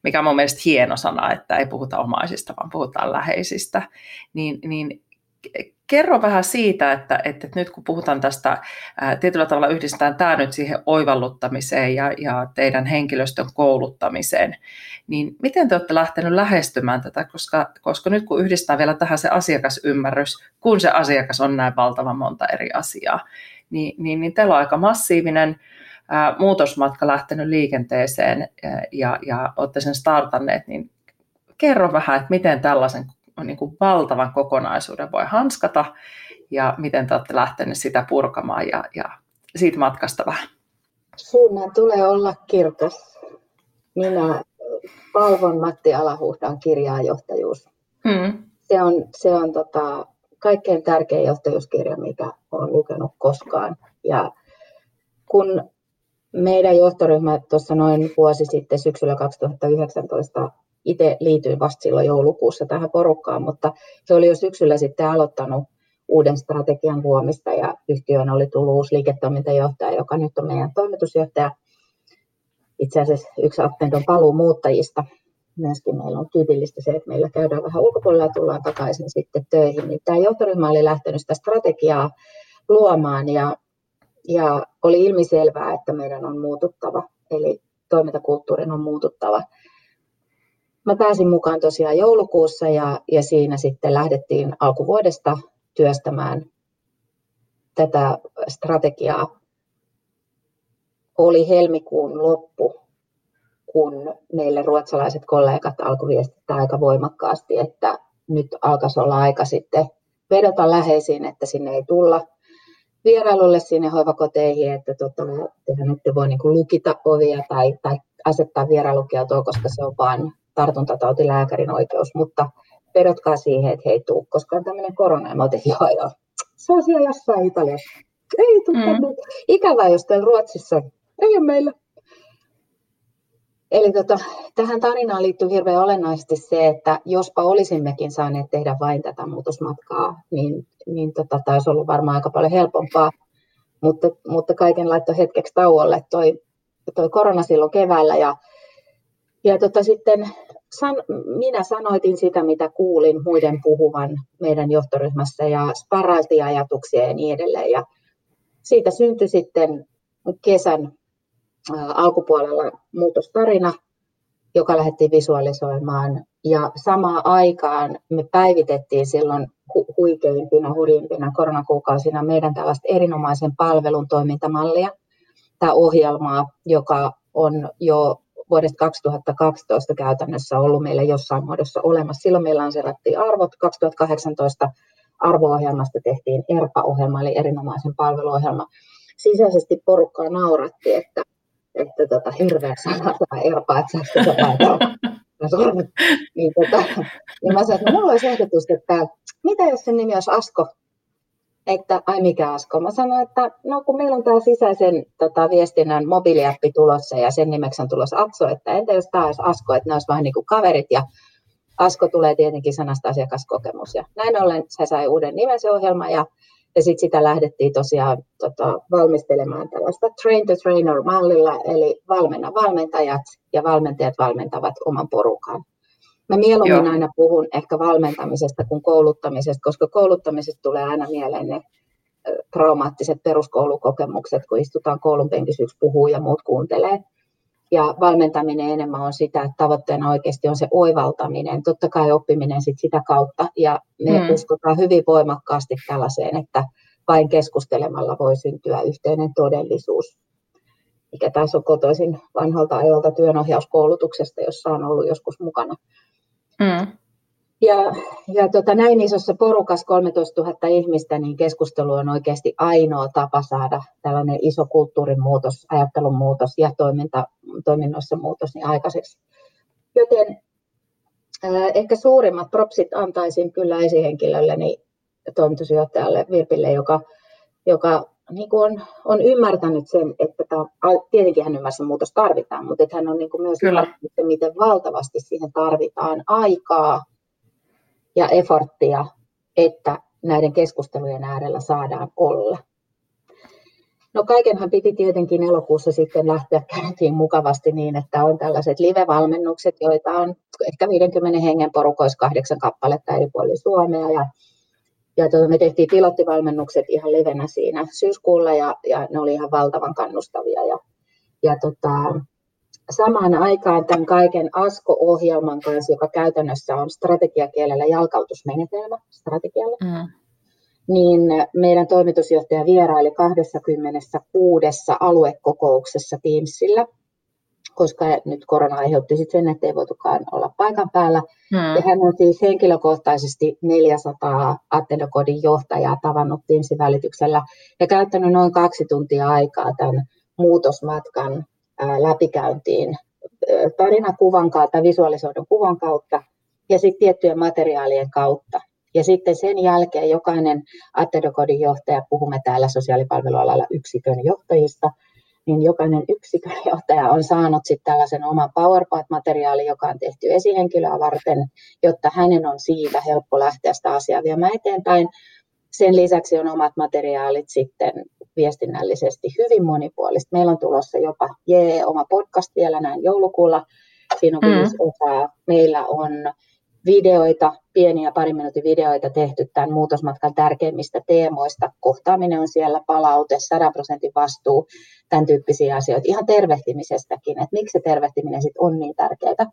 mikä on mun mielestä hieno sana, että ei puhuta omaisista, vaan puhutaan läheisistä. Niin, niin kerro vähän siitä, että, että nyt kun puhutaan tästä, ää, tietyllä tavalla yhdistetään tämä nyt siihen oivalluttamiseen ja, ja teidän henkilöstön kouluttamiseen, niin miten te olette lähtenyt lähestymään tätä, koska, koska nyt kun yhdistetään vielä tähän se asiakasymmärrys, kun se asiakas on näin valtavan monta eri asiaa, niin, niin, niin teillä on aika massiivinen ää, muutosmatka lähtenyt liikenteeseen ää, ja, ja olette sen startanneet, niin kerro vähän, että miten tällaisen niin kuin valtavan kokonaisuuden voi hanskata ja miten te olette lähteneet sitä purkamaan ja, ja siitä matkasta vähän. Suunnan tulee olla kirkas. Minä valvon Matti Alahuhdan kirjaajohtajuus. Mm. Se on, se on tota, kaikkein tärkein johtajuuskirja, mikä olen lukenut koskaan. Ja kun meidän johtoryhmä tuossa noin vuosi sitten syksyllä kaksituhattayhdeksäntoista itse liityin vasta silloin joulukuussa tähän porukkaan, mutta se oli jo syksyllä sitten aloittanut uuden strategian luomista ja yhtiöön oli tullut uusi liiketoimintajohtaja, joka nyt on meidän toimitusjohtaja. Itse asiassa yksi Attendon paluumuuttajista. Myöskin meillä on tyypillistä se, että meillä käydään vähän ulkopuolella ja tullaan takaisin sitten töihin. Niin tämä johtoryhmä oli lähtenyt sitä strategiaa luomaan ja, ja oli ilmiselvää, että meidän on muututtava, eli toimintakulttuurin on muututtava. Mä pääsin mukaan tosiaan joulukuussa ja, ja siinä sitten lähdettiin alkuvuodesta työstämään tätä strategiaa. Oli helmikuun loppu, kun meille ruotsalaiset kollegat alkoi viestittää aika voimakkaasti, että nyt alkaisi olla aika sitten vedota läheisiin, että sinne ei tulla vierailulle sinne hoivakoteihin, että tota, tehän ette voi niin kuin lukita ovia tai, tai asettaa vierailukieltoa, koska se on vain tartuntatautilääkärin oikeus, mutta vedotkaa siihen, että hei tuu, koska on tämmöinen korona, ja mä otin, joo joo, se on siellä jossain Italiassa. Ei tule mm. Ikävää, jos teillä Ruotsissa ei ole meillä. Eli tota, tähän tarinaan liittyy hirveän olennaisesti se, että jospa olisimmekin saaneet tehdä vain tätä muutosmatkaa, niin, niin tota, tämä olisi ollut varmaan aika paljon helpompaa, mutta, mutta kaiken laittoi hetkeksi tauolle toi, toi korona silloin keväällä ja Ja tota sitten san, minä sanoitin sitä, mitä kuulin muiden puhuvan meidän johtoryhmässä ja sparrailtiin ajatuksia ja niin edelleen. Ja siitä syntyi sitten kesän ä, alkupuolella muutostarina, joka lähdettiin visualisoimaan. Ja samaan aikaan me päivitettiin silloin hu- huikeimpina, hurjimpina koronakuukausina meidän tällaista erinomaisen palvelun toimintamallia, tämä ohjelmaa, joka on jo vuodesta kaksituhattakaksitoista käytännössä ollut meillä jossain muodossa olemassa. Silloin meillä lanseerattiin arvot. kaksituhattakahdeksantoista arvo-ohjelmasta tehtiin E R P A-ohjelma, eli erinomaisen palveluohjelma. Sisäisesti porukkaa nauratti, että, että tota, hirveä sana tämä E R P A, että saako se paikalla. niin, tota, niin mä sanoin, että minulla olisi ehdotus, että mitä jos sen nimi olisi Asko? Että ai mikä Asko? Mä sanoin, että no kun meillä on tämä sisäisen tota, viestinnän mobiiliappi tulossa ja sen nimeksi on tulossa Atso, että entä jos tämä olisi Asko, että ne olisi vähän niin kuin kaverit ja Asko tulee tietenkin sanasta asiakaskokemus. Ja näin ollen se sai uuden nimen se ohjelma ja, ja sitten sitä lähdettiin tosiaan tota, valmistelemaan tällaista train to trainer mallilla, eli valmenna valmentajat ja valmentajat valmentavat oman porukan. Mä mieluummin Joo. aina puhun ehkä valmentamisesta kuin kouluttamisesta, koska kouluttamisesta tulee aina mieleen ne traumaattiset peruskoulukokemukset, kun istutaan koulun penkissä, yksi puhuu ja muut kuuntelee. Ja valmentaminen enemmän on sitä, että tavoitteena oikeasti on se oivaltaminen, totta kai oppiminen sit sitä kautta. Ja me hmm. uskotaan hyvin voimakkaasti tällaiseen, että vain keskustelemalla voi syntyä yhteinen todellisuus. Mikä taas on kotoisin vanhalta ajalta työnohjauskoulutuksesta, jossa on ollut joskus mukana. Mm. Ja, ja tota, näin isossa porukassa kolmetoistatuhatta ihmistä, niin keskustelu on oikeasti ainoa tapa saada tällainen iso kulttuurin muutos, ajattelun muutos ja toiminta, toiminnoissa muutos niin aikaiseksi. Joten äh, ehkä suurimmat propsit antaisin kyllä esihenkilölleni toimitusjohtajalle Virpille, joka, joka niin kuin on, on ymmärtänyt sen, että tämä, tietenkin hän ymmärsi, että muutos tarvitaan, mutta että hän on niin kuin myös ymmärtänyt, miten valtavasti siihen tarvitaan aikaa ja efforttia, että näiden keskustelujen äärellä saadaan olla. No kaikenhan piti tietenkin elokuussa sitten lähteä käyntiin mukavasti niin, että on tällaiset live-valmennukset, joita on ehkä viidenkymmenen hengen porukoissa kahdeksan kappaletta eri puolilla Suomea. Ja, ja tuota, me tehtiin pilottivalmennukset ihan livenä siinä syyskuulla ja, ja ne oli ihan valtavan kannustavia. Ja, ja tota, samaan aikaan tämän kaiken Asko-ohjelman kanssa, joka käytännössä on strategiakielellä jalkautusmenetelmä strategialle, mm. niin meidän toimitusjohtaja vieraili kaksikymmentäkuusi aluekokouksessa Teamsillä, koska nyt korona aiheutti sen, että ei voitukaan olla paikan päällä. Hmm. Ja hän on siis henkilökohtaisesti neljäsataa Attendokodin johtajaa tavannut Teamsin välityksellä ja käyttänyt noin kaksi tuntia aikaa tämän muutosmatkan ää, läpikäyntiin tarinakuvan kautta, visualisoidun kuvan kautta ja sitten tiettyjen materiaalien kautta. Ja sitten sen jälkeen jokainen Attendokodin johtaja, puhumme täällä sosiaalipalvelualalla yksikön johtajista, niin jokainen yksikön johtaja on saanut sitten tällaisen oman PowerPoint-materiaalin, joka on tehty esihenkilöä varten, jotta hänen on siitä helppo lähteä sitä asiaa viemään eteenpäin. Sen lisäksi on omat materiaalit sitten viestinnällisesti hyvin monipuolista. Meillä on tulossa jopa jee, oma podcast vielä näin joulukuulla. Siinä on viisi mm. osaa. Meillä on videoita, pieniä parin minuutin videoita tehty tämän muutosmatkan tärkeimmistä teemoista. Kohtaaminen on siellä, palaute, sadan prosentin vastuu, tämän tyyppisiä asioita. Ihan tervehtimisestäkin, että miksi se tervehtiminen sit on niin tärkeää.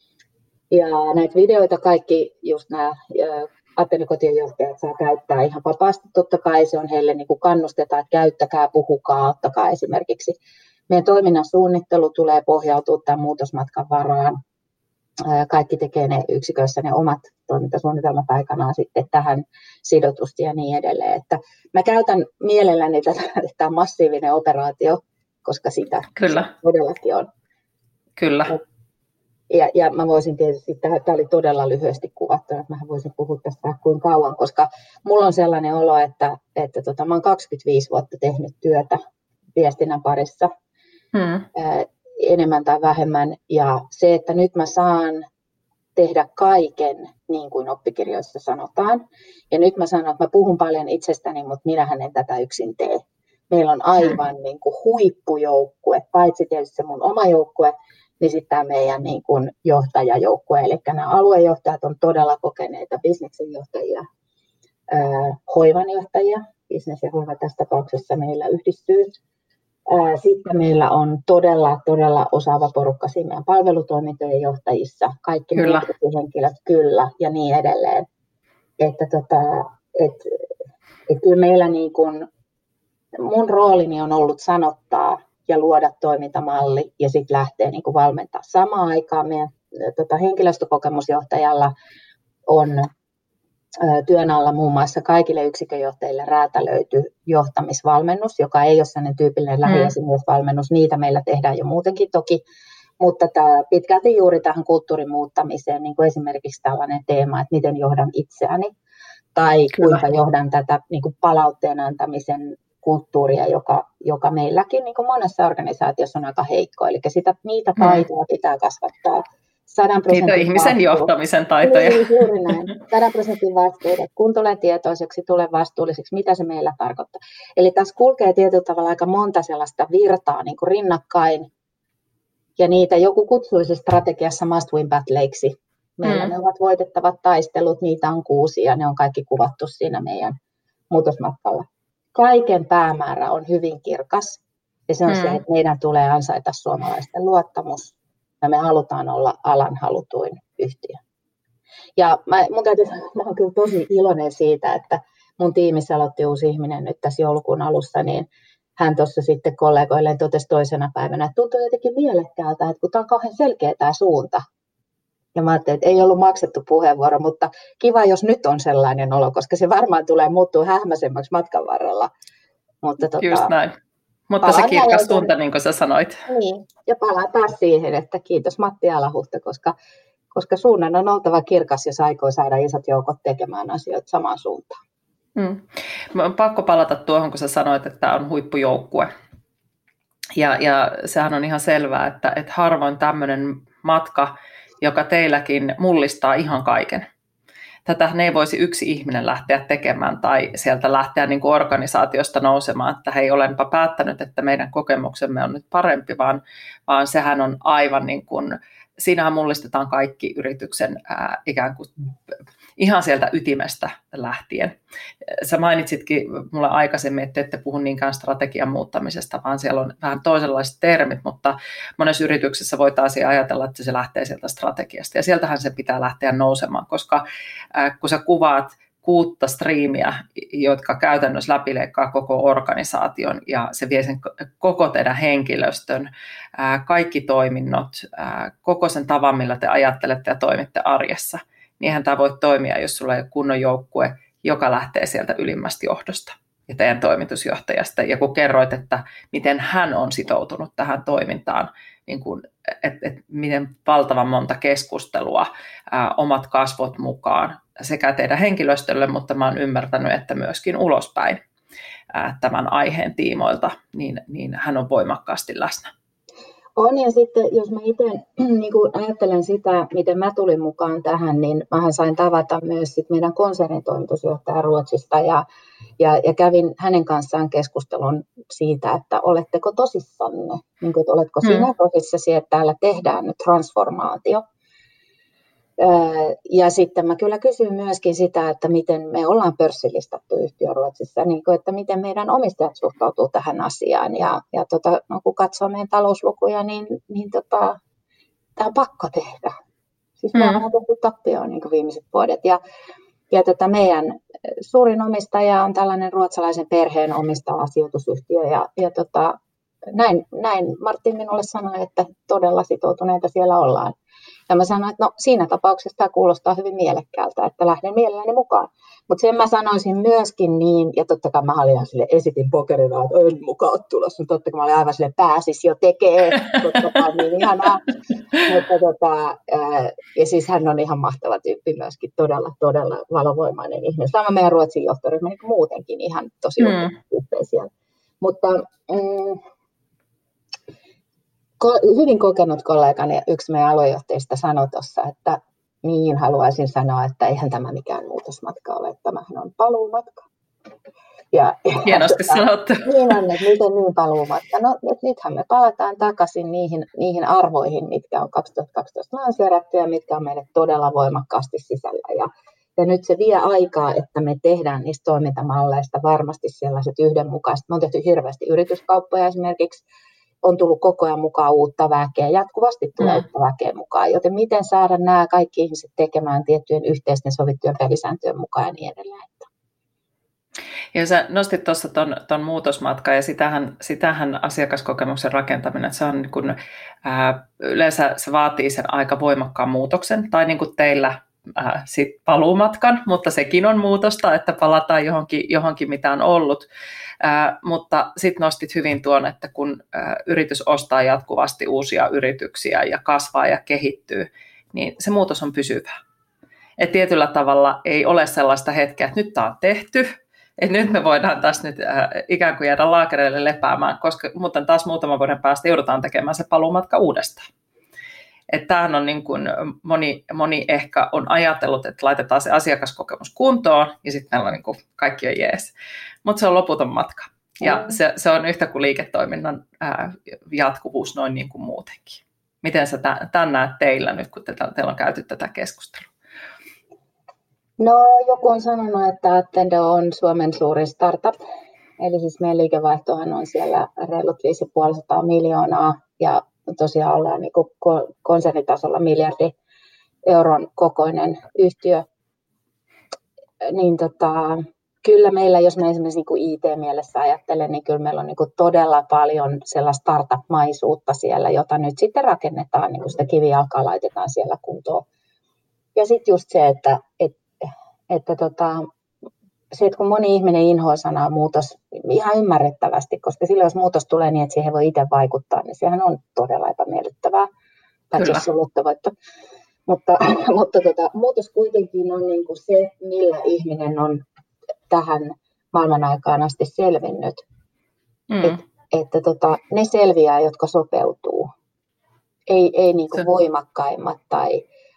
Ja näitä videoita kaikki just nämä Attendokotien johtajat saa käyttää ihan vapaasti. Totta kai se on heille niin kuin kannustetaan, että käyttäkää, puhukaa, ottakaa esimerkiksi. Meidän toiminnan suunnittelu tulee pohjautua tämän muutosmatkan varaan. Kaikki tekee ne yksiköissä ne omat toimintasuunnitelmat aikanaan sitten tähän sidotusti ja niin edelleen. Että mä käytän mielelläni tätä, että tämä on massiivinen operaatio, koska sitä Kyllä. todellakin on. Kyllä. Ja, ja mä voisin tietysti, tämä oli todella lyhyesti kuvattu, että mä voisin puhua tästä vaikka kuinka kauan, koska mulla on sellainen olo, että, että tota, mä oon kaksikymmentäviisi vuotta tehnyt työtä viestinnän parissa. Hmm. enemmän tai vähemmän, ja se, että nyt mä saan tehdä kaiken niin kuin oppikirjoissa sanotaan, ja nyt mä sanon, että mä puhun paljon itsestäni, mutta minähän en tätä yksin tee. Meillä on aivan niin kuin huippujoukkue, paitsi tietysti se mun oma joukkue, niin sitten tämä meidän niin kuin johtajajoukkue, eli nämä aluejohtajat on todella kokeneita bisneksen johtajia, hoivanjohtajia, business ja hoiva tässä tapauksessa meillä yhdistyy. Sitten meillä on todella, todella osaava porukka siinä meidän palvelutoimintojen johtajissa, kaikki henkilöt, kyllä, ja niin edelleen. Että tota, et, et kyllä meillä niin kun, mun roolini on ollut sanottaa ja luoda toimintamalli ja sitten lähteä niin kun valmentaa. Samaan aikaan meidän tota, henkilöstökokemusjohtajalla on työn alla muun muassa kaikille yksikönjohtajille räätälöity johtamisvalmennus, joka ei ole sellainen tyypillinen lähiesimiesvalmennus. Niitä meillä tehdään jo muutenkin toki, mutta tämä pitkälti juuri tähän kulttuurin muuttamiseen, niin kuin esimerkiksi tällainen teema, että miten johdan itseäni, tai Kyllä. kuinka johdan tätä niin kuin palautteen antamisen kulttuuria, joka, joka meilläkin niin kuin monessa organisaatiossa on aika heikko. Eli sitä, niitä taitoja pitää kasvattaa. Niitä ihmisen vastuu. Johtamisen taitoja. Niin, juuri näin. sadan prosentin vastuudet. Kun tulee tietoiseksi, tulee vastuulliseksi, mitä se meillä tarkoittaa. Eli tässä kulkee tietyllä tavalla aika monta sellaista virtaa niin kuin rinnakkain. Ja niitä joku kutsuisi strategiassa must win battleiksi. Meillä mm. ne ovat voitettavat taistelut, niitä on kuusi ja ne on kaikki kuvattu siinä meidän muutosmatkalla. Kaiken päämäärä on hyvin kirkas. Ja se on mm. se, että meidän tulee ansaita suomalaisten luottamus. Ja me halutaan olla alan halutuin yhtiö. Ja mä, mun täytyy, mä olen kyllä tosi iloinen siitä, että mun tiimissä aloitti uusi ihminen nyt tässä joulukuun alussa, niin hän tuossa sitten kollegoilleen totesi toisena päivänä, että tuntuu jotenkin mielekkäältä, että kun tämä on kauhean selkeä tämä suunta. Ja mä ajattelin, että ei ollut maksettu puheenvuoro, mutta kiva, jos nyt on sellainen olo, koska se varmaan tulee muuttua hähmäisemmäksi matkan varrella. Mutta tota, just näin. Mutta se kirkas suunta, niin kuin sä sanoit. Niin, ja palaan taas siihen, että kiitos Matti Alahuhta, koska, koska suunnan on oltava kirkas, jos aikoo saada isot joukot tekemään asioita samaan suuntaan. Mm. On pakko palata tuohon, kun sä sanoit, että tämä on huippujoukkue. Ja, ja sehän on ihan selvää, että, että harvoin tämmöinen matka, joka teilläkin mullistaa ihan kaiken. tätä ei voisi yksi ihminen lähteä tekemään tai sieltä lähteä niin kuin organisaatiosta nousemaan, että hei, olenpa päättänyt, että meidän kokemuksemme on nyt parempi, vaan, vaan sehän on aivan niin kuin, siinähän mullistetaan kaikki yrityksen ää, ikään kuin ihan sieltä ytimestä lähtien. Sä mainitsitkin mulle aikaisemmin, että ette puhu niinkään strategian muuttamisesta, vaan siellä on vähän toisenlaiset termit, mutta monessa yrityksessä voitaisiin ajatella, että se lähtee sieltä strategiasta. Ja sieltähän se pitää lähteä nousemaan, koska äh, kun sä kuvaat kuutta striimiä, jotka käytännössä läpileikkaa koko organisaation ja se vie sen koko teidän henkilöstön, äh, kaikki toiminnot, äh, koko sen tavan, millä te ajattelette ja toimitte arjessa, niin eihän tämä voi toimia, jos sulla ei ole kunnon joukkue, joka lähtee sieltä ylimmästä johdosta ja teidän toimitusjohtajasta. Ja kun kerroit, että miten hän on sitoutunut tähän toimintaan, niin kun, et, et miten valtavan monta keskustelua, ää, omat kasvot mukaan sekä teidän henkilöstölle, mutta mä oon ymmärtänyt, että myöskin ulospäin ää, tämän aiheen tiimoilta, niin, niin hän on voimakkaasti läsnä. On, ja sitten jos mä itse niin kun ajattelen sitä, miten mä tulin mukaan tähän, niin mähän sain tavata myös sit meidän konsernin toimitusjohtaja Ruotsista, ja, ja, ja kävin hänen kanssaan keskustelun siitä, että oletteko tosissanne, niin kun, että oletko hmm. sinä tosissasi, että täällä tehdään nyt transformaatio. Ja sitten mä kyllä kysyin myöskin sitä, että miten me ollaan pörssilistattu yhtiö Ruotsissa, niin kuin, että miten meidän omistajat suhtautuu tähän asiaan. Ja, ja tota, no, kun katsoo meidän talouslukuja, niin, niin tota, tämä on pakko tehdä. Siis me mm. ollaan tehty tappioon niin kuin viimeiset vuodet. Ja, ja tota, meidän suurin omistaja on tällainen ruotsalaisen perheen omistava sijoitusyhtiö. Ja, ja tota, näin, näin Martin minulle sanoi, että todella sitoutuneita siellä ollaan. Ja mä sanoin, että no siinä tapauksessa tämä kuulostaa hyvin mielekkäältä, että lähden mielelläni mukaan. Mutta sen mä sanoisin myöskin niin, ja totta kai mä olin sille esitin pokerina, että en mukaan ole tulossa, mutta totta kai mä olin aivan sille pääsis jo tekee, totta kai niin ihanaa. Mutta tota, ja siis hän on ihan mahtava tyyppi myöskin, todella, todella valovoimainen ihminen. Sama meidän Ruotsin johtoryhmä niin muutenkin ihan tosi mm. yhteisiä. Mutta mm, hyvin kokenut kollegani, yksi meidän aluejohtajista sanoi tuossa, että niin haluaisin sanoa, että eihän tämä mikään muutosmatka ole, tämähän on paluumatka. Ja, Hienosti ja, sanottu. Niin on, että miten niin paluumatka. No että nythän me palataan takaisin niihin, niihin arvoihin, mitkä on kaksituhattakaksitoista lanseerattu ja mitkä on meille todella voimakkaasti sisällä. Ja, ja nyt se vie aikaa, että me tehdään niistä toimintamalleista varmasti sellaiset yhdenmukaiset. Me on tehty hirveästi yrityskauppoja esimerkiksi. On tullut koko ajan mukaan uutta väkeä, jatkuvasti tulee mm. uutta väkeä mukaan, joten miten saada nämä kaikki ihmiset tekemään tiettyjen yhteisten sovittujen pelisääntöjen mukaan ja niin edelleen. Ja sä nostit tuossa ton, ton muutosmatkan ja sitähän, sitähän asiakaskokemuksen rakentaminen, että se on niin kun, ää, yleensä se vaatii sen aika voimakkaan muutoksen, tai niin kuin teillä ää, sit paluumatkan, mutta sekin on muutosta, että palataan johonkin, johonkin mitä on ollut. Äh, mutta sitten nostit hyvin tuon, että kun äh, yritys ostaa jatkuvasti uusia yrityksiä ja kasvaa ja kehittyy, niin se muutos on pysyvää. Et tietyllä tavalla ei ole sellaista hetkeä, että nyt tämä on tehty, että nyt me voidaan taas nyt äh, ikään kuin jäädä laakereille lepäämään, koska muuten taas muutaman vuoden päästä joudutaan tekemään se paluumatka uudestaan. Että tämähän on niin kuin moni, moni ehkä on ajatellut, että laitetaan se asiakaskokemus kuntoon ja sitten meillä on niin kuin kaikki on jees. Mutta se on loputon matka. Ja mm. se, se on yhtä kuin liiketoiminnan ää, jatkuvuus noin niin kuin muutenkin. Miten sä tämän näet teillä nyt, kun te, teillä on käyty tätä keskustelua? No joku on sanonut, että Attendo on Suomen suurin startup. Eli siis meidän liikevaihtohan on siellä reilut viisi ja viisisataa miljoonaa ja tosiaan ollaan niin kuin konsernitasolla miljardi euron kokoinen yhtiö. Niin tota, kyllä meillä, jos me esimerkiksi niin kuin I T-mielessä ajattelen, niin kyllä meillä on niin kuin todella paljon sellaista startup-maisuutta siellä, jota nyt sitten rakennetaan, niin kuin sitä kivijalkaa laitetaan siellä kuntoon. Ja sitten just se, että, että, että tota, se, että kun moni ihminen inhoaa sanaa muutos ihan ymmärrettävästi, koska silloin jos muutos tulee niin, että siihen voi itse vaikuttaa, niin sehän on todella epämiellyttävää. Paitsi suluttovoitto. Mutta, mutta tota, muutos kuitenkin on niin kuin se, millä ihminen on tähän maailman aikaan asti selvinnyt. Mm. Et, että tota, ne selviää, jotka sopeutuu. Ei, ei niin kuin voimakkaimmat tai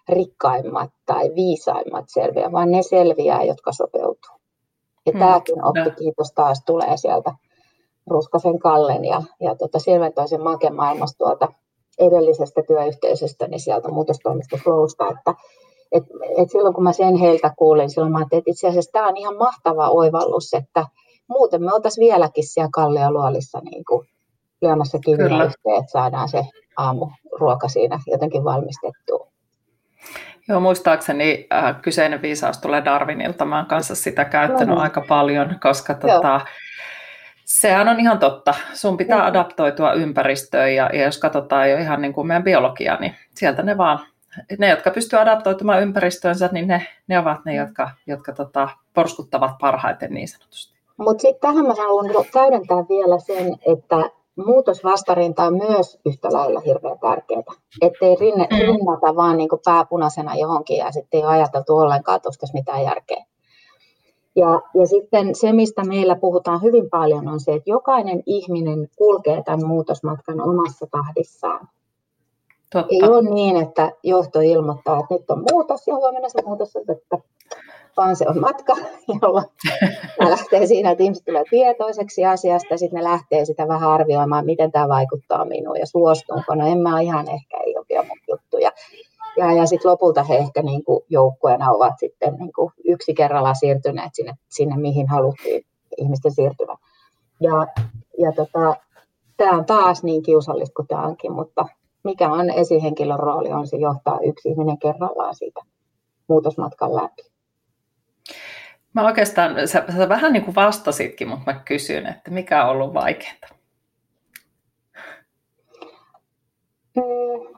rikkaimmat tai viisaimmat selviä, vaan ne selviää, jotka sopeutuu. Ja hmm. tämäkin oppikiitos taas tulee sieltä Ruskosen Kallen ja, ja tota Silventoisen Maken maailmasta tuolta edellisestä työyhteisöstä, niin sieltä muutostoimisto Flowsta, että et, et silloin kun mä sen heiltä kuulin, silloin mä ajattelin, että itse asiassa tämä on ihan mahtava oivallus, että muuten me oltaisiin vieläkin siellä Kallioluolissa niin kuin lyömässä kiviä yhteen, että saadaan se aamuruoka siinä jotenkin valmistettua. Joo, muistaakseni äh, kyseinen viisaus tulee Darwinilta. Mä oon kanssa sitä käyttänyt no. aika paljon, koska tota, sehän on ihan totta. Sun pitää mm. adaptoitua ympäristöön ja, ja jos katsotaan jo ihan niin kuin meidän biologiaa, niin sieltä ne vaan, ne jotka pystyvät adaptoitumaan ympäristöönsä, niin ne, ne ovat ne, jotka, jotka tota, porskuttavat parhaiten niin sanotusti. Mutta sitten tähän mä haluan täydentää vielä sen, että muutosvastarinta on myös yhtä lailla hirveän tärkeää. Ettei rinne, mm. rinnata vaan niin kuin pääpunaisena johonkin ja sitten ei ole ajateltu ollenkaan, että olisi mitään järkeä. Ja, ja sitten se, mistä meillä puhutaan hyvin paljon, on se, että jokainen ihminen kulkee tämän muutosmatkan omassa tahdissaan. Totta. Ei ole niin, että johto ilmoittaa, että nyt on muutos ja huomenna se muutos on, että vaan se on matka, jolla lähtee siinä, että ihmiset tulee tietoiseksi asiasta ja sitten ne lähtee sitä vähän arvioimaan, miten tämä vaikuttaa minuun ja suostunko. No en mä ihan ehkä, ei ole vielä mun juttuja. Ja, ja sitten lopulta he ehkä niin kuin joukkueena ovat sitten niin kuin yksi kerrallaan siirtyneet sinne, sinne mihin haluttiin ihmisten siirtyvän. Ja, ja tota, tämä on taas niin kiusallista kuin tämä onkin, mutta mikä on esihenkilön rooli, on se johtaa yksi ihminen kerrallaan siitä muutosmatkan läpi. Mä oikeastaan, sä, sä vähän niin kuin vastasitkin, mutta mä kysyn, että mikä on ollut vaikeinta? Mm.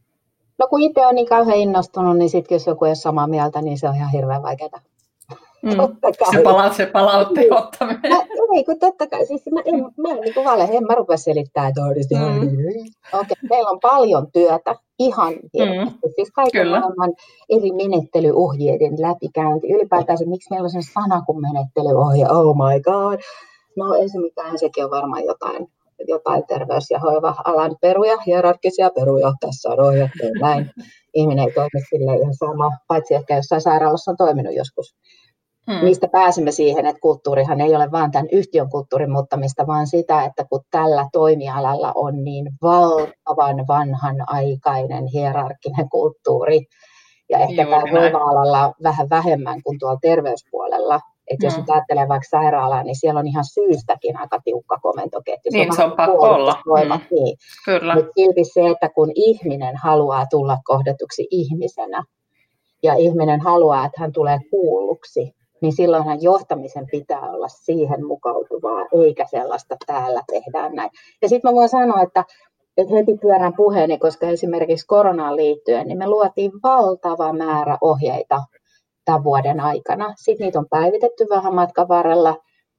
No kun itse on niin kauhean innostunut, niin sitten jos joku ei ole samaa mieltä, niin se on ihan hirveän vaikeaa. Mm. Se, pala- se palautteen ottaminen. Mä, ei, kun totta kai. Siis mä en, mä en niin kuin vale, en mä rupea selittämään, että mm. okay, meillä on paljon työtä, ihan hirveästi. Mm. Siis kaiken maailman eri menettelyohjeiden läpikäynti. Ylipäätään se, miksi meillä on sen sana kuin menettelyohje, oh my god. No ei se mitään, sekin on varmaan jotain, jotain terveys- ja hoiva-alan peruja, hierarkisia peruja, tässä on ohjattu näin. Ihminen ei toimi silleen ihan sama, paitsi ehkä jossain sairaalassa on toiminut joskus. Hmm. Mistä pääsemme siihen, että kulttuurihan ei ole vain tämän yhtiön kulttuurin muuttamista, vaan sitä, että kun tällä toimialalla on niin valtavan vanhanaikainen hierarkkinen kulttuuri, ja ehkä Juuri tämä hoiva-alalla vähän vähemmän kuin tuolla terveyspuolella, että jos hmm. nyt ajattelee vaikka sairaalaa, niin siellä on ihan syystäkin aika tiukka komentoketju. Niin, se on, se on pakko olla. Hmm. Niin. Kyllä. Mutta silti se, että kun ihminen haluaa tulla kohdetuksi ihmisenä, ja ihminen haluaa, että hän tulee kuulluksi, niin silloinhan johtamisen pitää olla siihen mukautuvaa, eikä sellaista täällä tehdään näin. Ja sitten mä voin sanoa, että, että heti pyörän puheeni, koska esimerkiksi koronaan liittyen, niin me luotiin valtava määrä ohjeita tämän vuoden aikana. Sitten niitä on päivitetty vähän matkan varrella.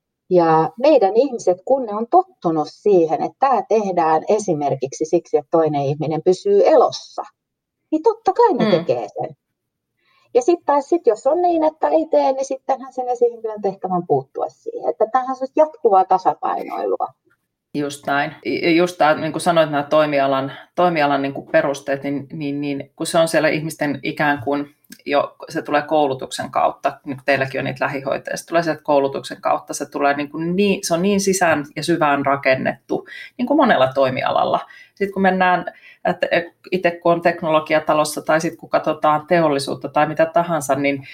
Ja meidän ihmiset, kun ne on tottunut siihen, että tämä tehdään esimerkiksi siksi, että toinen ihminen pysyy elossa, niin totta kai ne mm. tekee sen. Ja sitten taas, sit, jos on niin, että ei tee, niin sittenhän sen esihenkilön tehtävän puuttua siihen. Että tämähän on jatkuvaa tasapainoilua. Just näin. Just tämä, niin kuin sanoit, nämä toimialan, toimialan niin kuin perusteet, niin, niin, niin kun se on siellä ihmisten ikään kuin, jo, se tulee koulutuksen kautta, niin kuin teilläkin on niitä lähihoitajia, se tulee sieltä koulutuksen kautta, se, tulee niin kuin niin, se on niin sisään ja syvään rakennettu, niin kuin monella toimialalla. Sitten kun mennään, että itse kun on teknologiatalossa tai sitten kun katsotaan teollisuutta tai mitä tahansa, niin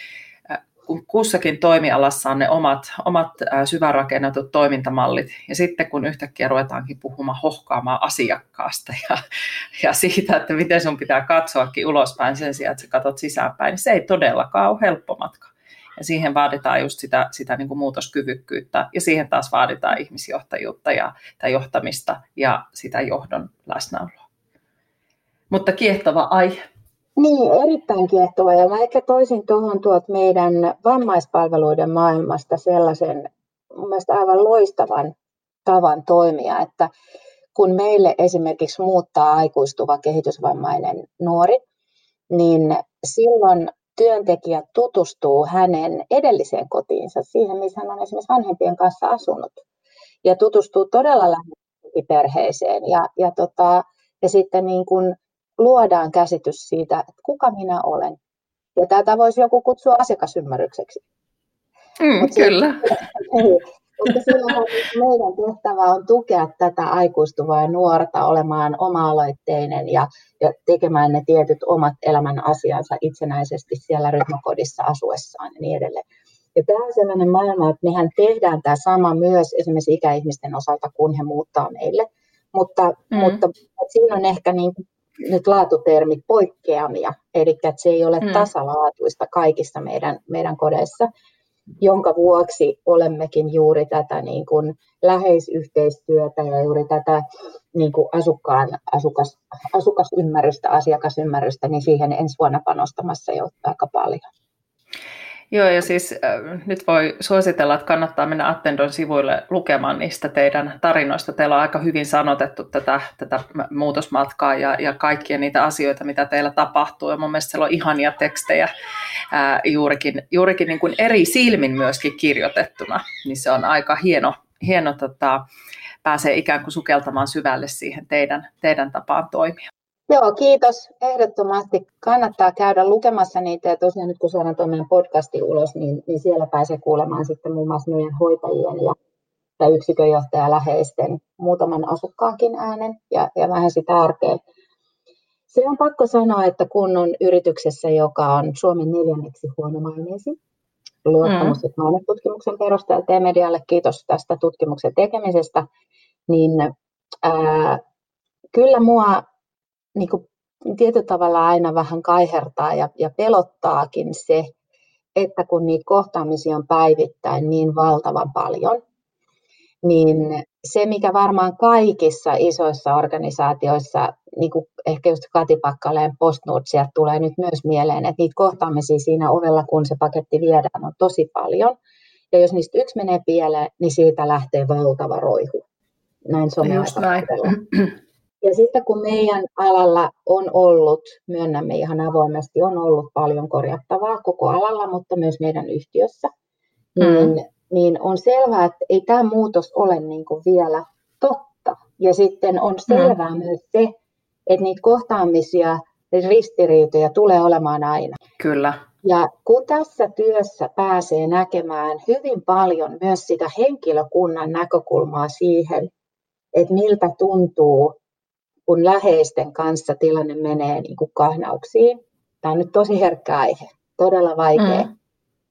kun kussakin toimialassa on ne omat, omat syvärakennetut toimintamallit, ja sitten kun yhtäkkiä ruvetaankin puhumaan, hohkaamaan asiakkaasta ja, ja siitä, että miten sun pitää katsoakin ulospäin sen sijaan, että sä katsot sisäänpäin, niin se ei todellakaan ole helppo matka. Ja siihen vaaditaan just sitä, sitä niin kuin muutoskyvykkyyttä, ja siihen taas vaaditaan ihmisjohtajuutta ja, tai johtamista ja sitä johdon läsnäoloa. Mutta kiehtova aihe. Niin, erittäin kiehtova. Ja mä ehkä toisin tuohon tuot meidän vammaispalveluiden maailmasta sellaisen mun mielestä aivan loistavan tavan toimia, että kun meille esimerkiksi muuttaa aikuistuva kehitysvammainen nuori, niin silloin työntekijä tutustuu hänen edelliseen kotiinsa, siihen missä hän on esimerkiksi vanhempien kanssa asunut, ja tutustuu todella läheisesti perheeseen. Ja, ja, tota, ja sitten niin kuin luodaan käsitys siitä, että kuka minä olen. Ja tätä voisi joku kutsua asiakasymmärrykseksi. Mm, Mut kyllä. Mutta silloin meidän tehtävä on tukea tätä aikuistuvaa nuorta olemaan oma-aloitteinen ja, ja tekemään ne tietyt omat elämän asiansa itsenäisesti siellä ryhmäkodissa asuessaan ja niin edelleen. Ja tämä on sellainen maailma, että mehän tehdään tämä sama myös esimerkiksi ikäihmisten osalta, kun he muuttaa meille. Mutta, mm. mutta siinä on ehkä niin kuin nyt laatutermit poikkeamia, eli että se ei ole mm. tasalaatuista kaikissa meidän, meidän kodeissa, jonka vuoksi olemmekin juuri tätä niin kuin läheisyhteistyötä ja juuri tätä niin kuin asukkaan asukas, asukasymmärrystä, asiakasymmärrystä, niin siihen ensi vuonna panostamassa jo aika paljon. Joo, ja siis äh, nyt voi suositella, että kannattaa mennä Attendon sivuille lukemaan niistä teidän tarinoista. Teillä on aika hyvin sanotettu tätä, tätä muutosmatkaa ja, ja kaikkia niitä asioita, mitä teillä tapahtuu. Ja mun mielestä siellä on ihania tekstejä äh, juurikin, juurikin niin kuin eri silmin myöskin kirjoitettuna. Niin se on aika hieno, hieno tota, pääsee ikään kuin sukeltamaan syvälle siihen teidän, teidän tapaan toimia. Joo, kiitos. Ehdottomasti kannattaa käydä lukemassa niitä. Ja tosiaan nyt kun saadaan tuon meidän podcastin ulos, niin, niin siellä pääsee kuulemaan sitten muun muassa meidän hoitajien ja, ja yksikönjohtaja läheisten muutaman asukkaankin äänen ja, ja vähän sitä arkea. Se on pakko sanoa, että kun on yrityksessä, joka on Suomen neljänneksi huonomaineisin, luottamus- ja mainetutkimuksen perusteella T-medialle, kiitos tästä tutkimuksen tekemisestä, niin ää, kyllä mua niin kuin tietyllä tavalla aina vähän kaihertaa ja, ja pelottaakin se, että kun niitä kohtaamisia on päivittäin niin valtavan paljon, niin se, mikä varmaan kaikissa isoissa organisaatioissa, niin kuin ehkä just Kati Pakkaleen Postnord, sieltä tulee nyt myös mieleen, että niitä kohtaamisia siinä ovella, kun se paketti viedään, on tosi paljon. Ja jos niistä yksi menee pieleen, niin siitä lähtee valtava roihu. Näin someaikaisella. Ja sitten kun meidän alalla on ollut, myönnämme ihan avoimesti, on ollut paljon korjattavaa koko alalla, mutta myös meidän yhtiössä, niin, mm. niin on selvää, että ei tämä muutos ole niin kuin vielä totta. Ja sitten on selvää mm. myös se, että niitä kohtaamisia, ristiriitoja tulee olemaan aina. Kyllä. Ja kun tässä työssä pääsee näkemään hyvin paljon myös sitä henkilökunnan näkökulmaa siihen, että miltä tuntuu, kun läheisten kanssa tilanne menee niin kuin kahnauksiin, tämä on nyt tosi herkkä aihe, todella vaikea, mm.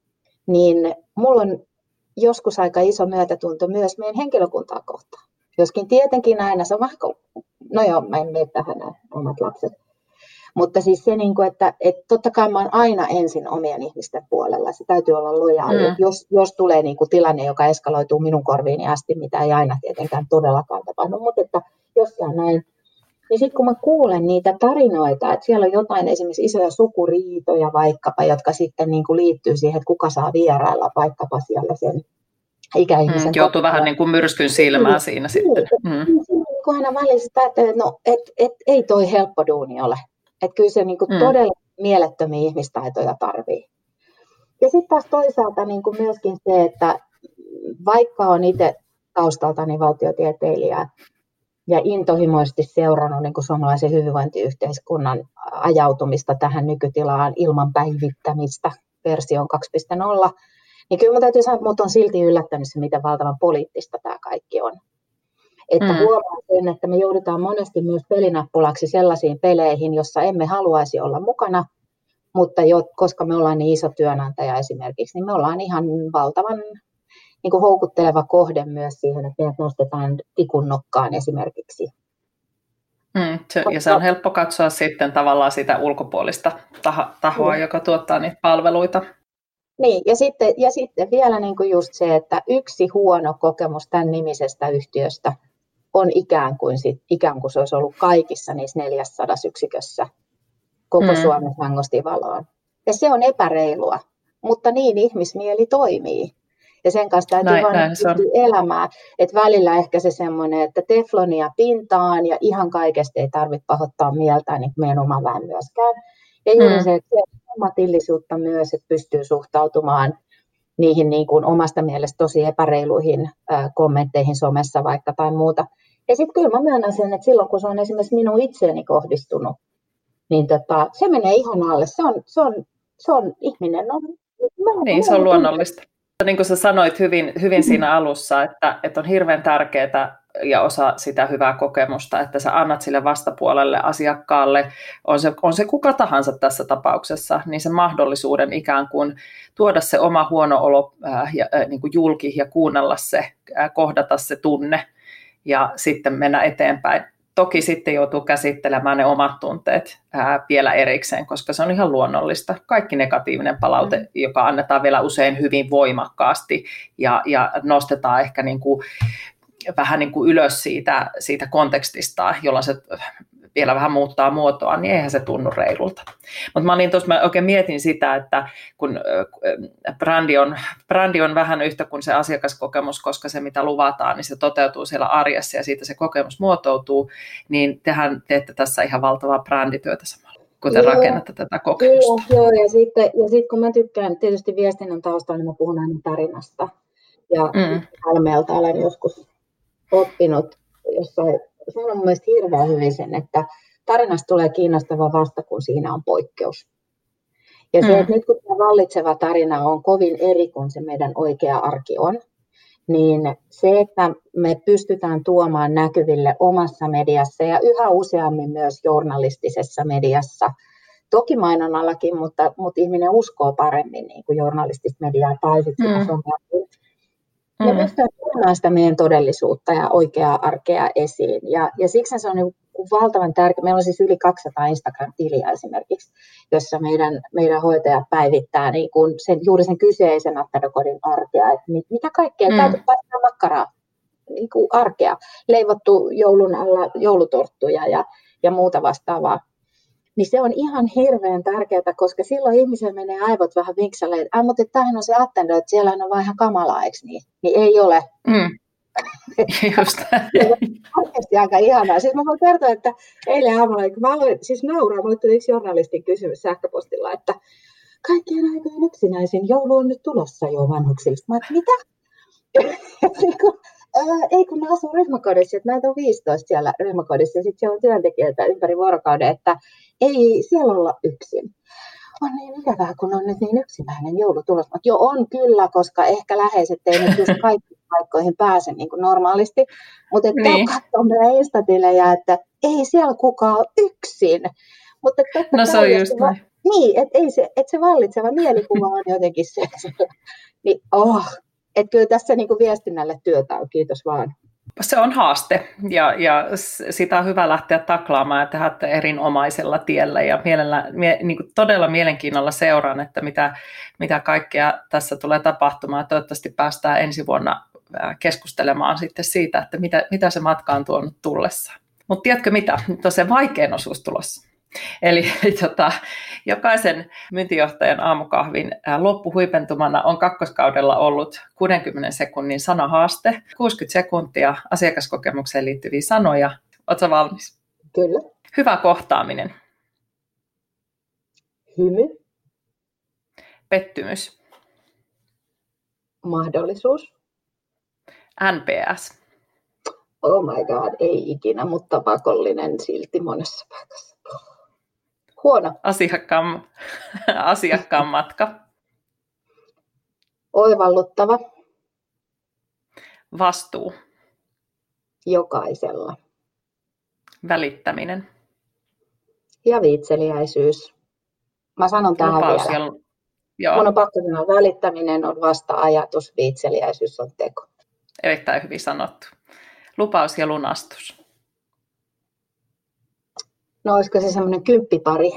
niin mulla on joskus aika iso myötätunto myös meidän henkilökuntaa kohtaan. Joskin tietenkin aina se on vähän, no joo, mä en mene tähän nämä omat lapset. Mutta siis se, että, että totta kai mä oon aina ensin omien ihmisten puolella, se täytyy olla lojaali. Mm. Jos, jos tulee niin kuin tilanne, joka eskaloituu minun korviini asti, mitä ei aina tietenkään todellakaan tapahdu, mutta että jossain näin. Ja sitten kun mä kuulen niitä tarinoita, että siellä on jotain esimerkiksi isoja sukuriitoja vaikkapa, jotka sitten niin kuin liittyy siihen, että kuka saa vierailla vaikkapa siellä sen ikäihmisen. Mm, joutuu vähän niin kuin myrskyn silmään niin, siinä niin, sitten. Mm. Kun aina välillä ajattelee, että no, et, et, ei toi helppo duuni ole. Että kyllä se niin kuin mm. todella mielettömiä ihmistaitoja tarvii. Ja sitten taas toisaalta niin kuin myöskin se, että vaikka on itse taustaltani valtiotieteilijä, ja intohimoisesti seurannut niin kuin suomalaisen hyvinvointiyhteiskunnan ajautumista tähän nykytilaan ilman päivittämistä versioon kaksi piste nolla, niin kyllä minun täytyy sanoa, että minut on silti yllättänyt se, miten valtavan poliittista tämä kaikki on. Että mm. huomaan sen, että me joudutaan monesti myös pelinappulaksi sellaisiin peleihin, jossa emme haluaisi olla mukana, mutta jo, koska me ollaan niin iso työnantaja esimerkiksi, niin me ollaan ihan valtavan niin kuin houkutteleva kohde myös siihen, että meidät nostetaan tikun nokkaan esimerkiksi. Mm, se, ja se on helppo katsoa sitten tavallaan sitä ulkopuolista tahoa, mm. joka tuottaa niitä palveluita. Niin, ja sitten, ja sitten vielä niin kuin just se, että yksi huono kokemus tämän nimisestä yhtiöstä on ikään kuin, sit, ikään kuin se olisi ollut kaikissa niissä neljässäsadassa yksikössä koko mm. Suomen sangosti valoon. Ja se on epäreilua, mutta niin ihmismieli toimii. Ja sen kanssa täytyy näin, vaan näin elämää, että välillä ehkä se semmoinen, että teflonia pintaan ja ihan kaikesta ei tarvitse pahoittaa mieltään, niin meidän oma vähän myöskään. Ja juuri mm. se, että ammatillisuutta myös, että pystyy suhtautumaan niihin niin kuin omasta mielestä tosi epäreiluihin äh, kommentteihin somessa vaikka tai muuta. Ja sitten kyllä mä myönnän sen, että silloin kun se on esimerkiksi minun itseeni kohdistunut, niin tota, se menee ihon alle. Se on, se on, se on ihminen on... Niin, se on luonnollista. Niin kuin sä sanoit hyvin, hyvin siinä alussa, että, että on hirveän tärkeää ja osa sitä hyvää kokemusta, että sä annat sille vastapuolelle, asiakkaalle, on se, on se kuka tahansa tässä tapauksessa, niin sen mahdollisuuden ikään kuin tuoda se oma huono olo äh, ja, äh, niin kuin julki ja kuunnella se, äh, kohdata se tunne ja sitten mennä eteenpäin. Toki sitten joutuu käsittelemään ne omat tunteet ää, vielä erikseen, koska se on ihan luonnollista. Kaikki negatiivinen palaute, mm. joka annetaan vielä usein hyvin voimakkaasti ja, ja nostetaan ehkä niin kuin, vähän niin kuin ylös siitä, siitä kontekstista, jolloin se vielä vähän muuttaa muotoa, niin eihän se tunnu reilulta. Mutta mä, niin mä oikein mietin sitä, että kun brändi on, brändi on vähän yhtä kuin se asiakaskokemus, koska se mitä luvataan, niin se toteutuu siellä arjessa ja siitä se kokemus muotoutuu, niin tehän teette tässä ihan valtavaa brändityötä samalla, kun te joo, rakennatte tätä kokemusta. Kyllä, joo, ja sitten, ja sitten kun mä tykkään tietysti viestinnän taustalla, niin mä puhun aina tarinasta. Ja mm. Halmeelta olen joskus oppinut jossain, se on mun mielestä hirveän hyvin sen, että tarinasta tulee kiinnostava vasta, kun siinä on poikkeus. Ja se, mm. että nyt kun tämä vallitseva tarina on kovin eri kuin se meidän oikea arki on, niin se, että me pystytään tuomaan näkyville omassa mediassa ja yhä useammin myös journalistisessa mediassa, toki mainonnallakin, mutta, mutta ihminen uskoo paremmin niin kuin journalistista mediaa tai sitten sitä mm. somea. Me mm. pystytään tuomaan sitä meidän todellisuutta ja oikeaa arkea esiin. Ja, ja siksi se on niin valtavan tärkeää. Meillä on siis yli kaksisataa Instagram-tiliä esimerkiksi, jossa meidän, meidän hoitajat päivittää niin kuin sen, juuri sen kyseisen Attendo-kodin arkea. Että mit, mitä kaikkea, mm. käytä paistaa makkaraa, niin kuin arkea, leivottu joulun alla joulutorttuja ja, ja muuta vastaavaa. Niin se on ihan hirveän tärkeää, koska silloin ihmisellä menee aivot vähän vinksalle, että mutta tämähän on se Attendo, että siellä on vaan ihan kamalaa, eikö niin? Niin ei ole. Mm. Just. Oikeasti aika ihanaa. Siis mä voin kertoa, että eilen aamulla, kun mä aloin siis nauraa, mulle tuli yksi journalistin kysymys sähköpostilla, että kaikkien aikojen yksinäisin joulu on nyt tulossa jo vanhuksista. Mä että mitä? Ää, ei kun ne asuu ryhmäkodissa, että näitä on viisitoista siellä ryhmäkodissa ja sitten siellä on työntekijöitä ympäri vuorokauden, että ei siellä olla yksin. On niin ikävää, kun on nyt niin yksinäinen joulutulos. Mutta joo, on kyllä, koska ehkä läheiset ei nyt just kaikkiin paikkoihin pääse niin kuin normaalisti. Mutta että niin. Katsoo meidän Insta-tilejä, että ei siellä kukaan ole yksin. Mutta no se on just näin. Niin, että se, et se vallitseva mielikuva on jotenkin se. Niin, oh. Että kyllä tässä niin kuin viestinnälle työtä on, kiitos vaan. Se on haaste ja, ja sitä on hyvä lähteä taklaamaan ja tehdä erinomaisella tiellä ja mielellä, mie, niin kuin todella mielenkiinnolla seuraan, että mitä, mitä kaikkea tässä tulee tapahtumaan. Toivottavasti päästään ensi vuonna keskustelemaan sitten siitä, että mitä, mitä se matka on tuonut tullessaan. Mutta tiedätkö mitä? Nyt on se vaikein osuus tulossa. Eli tota, jokaisen myyntijohtajan aamukahvin loppuhuipentumana on kakkoskaudella ollut kuudenkymmenen sekunnin sanahaaste, kuusikymmentä sekuntia asiakaskokemukseen liittyviä sanoja. Oletko valmis? Kyllä. Hyvä kohtaaminen. Hymy. Pettymys. Mahdollisuus. N P S. Oh my god, ei ikinä, mutta pakollinen silti monessa paikassa. Huono. Asiakkaan, asiakkaan matka. Oivalluttava. Vastuu. Jokaisella. Välittäminen. Ja viitseliäisyys. Mä sanon tähän Lupaus vielä. Ja... Joo. Mun on pakko sanoa, välittäminen on vasta ajatus, viitseliäisyys on teko. Erittäin hyvin sanottu. Lupaus ja lunastus. No olisiko se semmoinen kymppipari?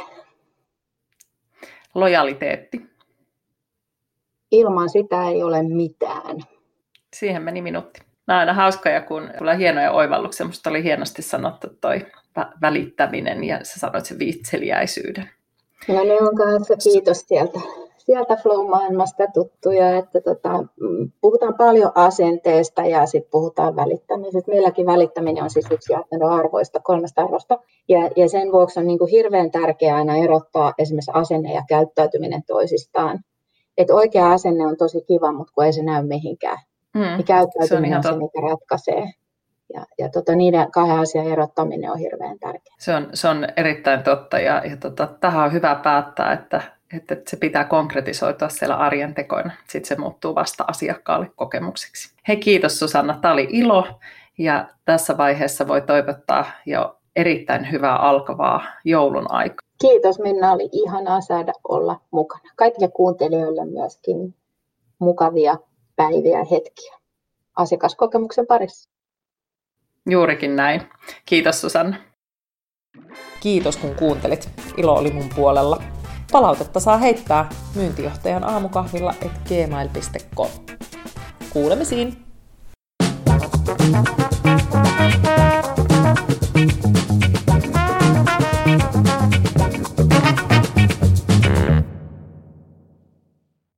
Lojaliteetti. Ilman sitä ei ole mitään. Siihen meni minuutti. Nämä on aina hauskoja, kun tulee hienoja oivalluksia. Minusta oli hienosti sanottu toi välittäminen ja sä sanoit sen viitseliäisyyden. No ne on kanssa kiitos sieltä. Sieltä flow-maailmasta tuttuja, että tota, puhutaan paljon asenteesta ja sitten puhutaan välittämisestä. Meilläkin välittäminen on siis yksi arvoista, kolmesta arvosta. Ja, ja sen vuoksi on niin kuin hirveän tärkeää aina erottaa esimerkiksi asenne ja käyttäytyminen toisistaan. Että oikea asenne on tosi kiva, mutta kun ei se näy mihinkään. Mm, niin käyttäytyminen se on, on se, mikä ratkaisee. Ja, ja tota, niiden kahden asian erottaminen on hirveän tärkeää. Se on, se on erittäin totta ja, ja tota, tähän on hyvä päättää, että, että se pitää konkretisoitua siellä arjen tekoina. Sitten se muuttuu vasta asiakkaalle kokemukseksi. Hei, kiitos Susanna, tämä oli ilo ja tässä vaiheessa voi toivottaa jo erittäin hyvää alkavaa joulun aikaa. Kiitos Minna, oli ihanaa saada olla mukana. Kaikille kuuntelijoille myöskin mukavia päiviä ja hetkiä asiakaskokemuksen parissa. Juurikin näin. Kiitos Susanna. Kiitos kun kuuntelit. Ilo oli mun puolella. Palautetta saa heittää myyntijohtajan aamukahvilla at gmail piste com. Kuulemisiin!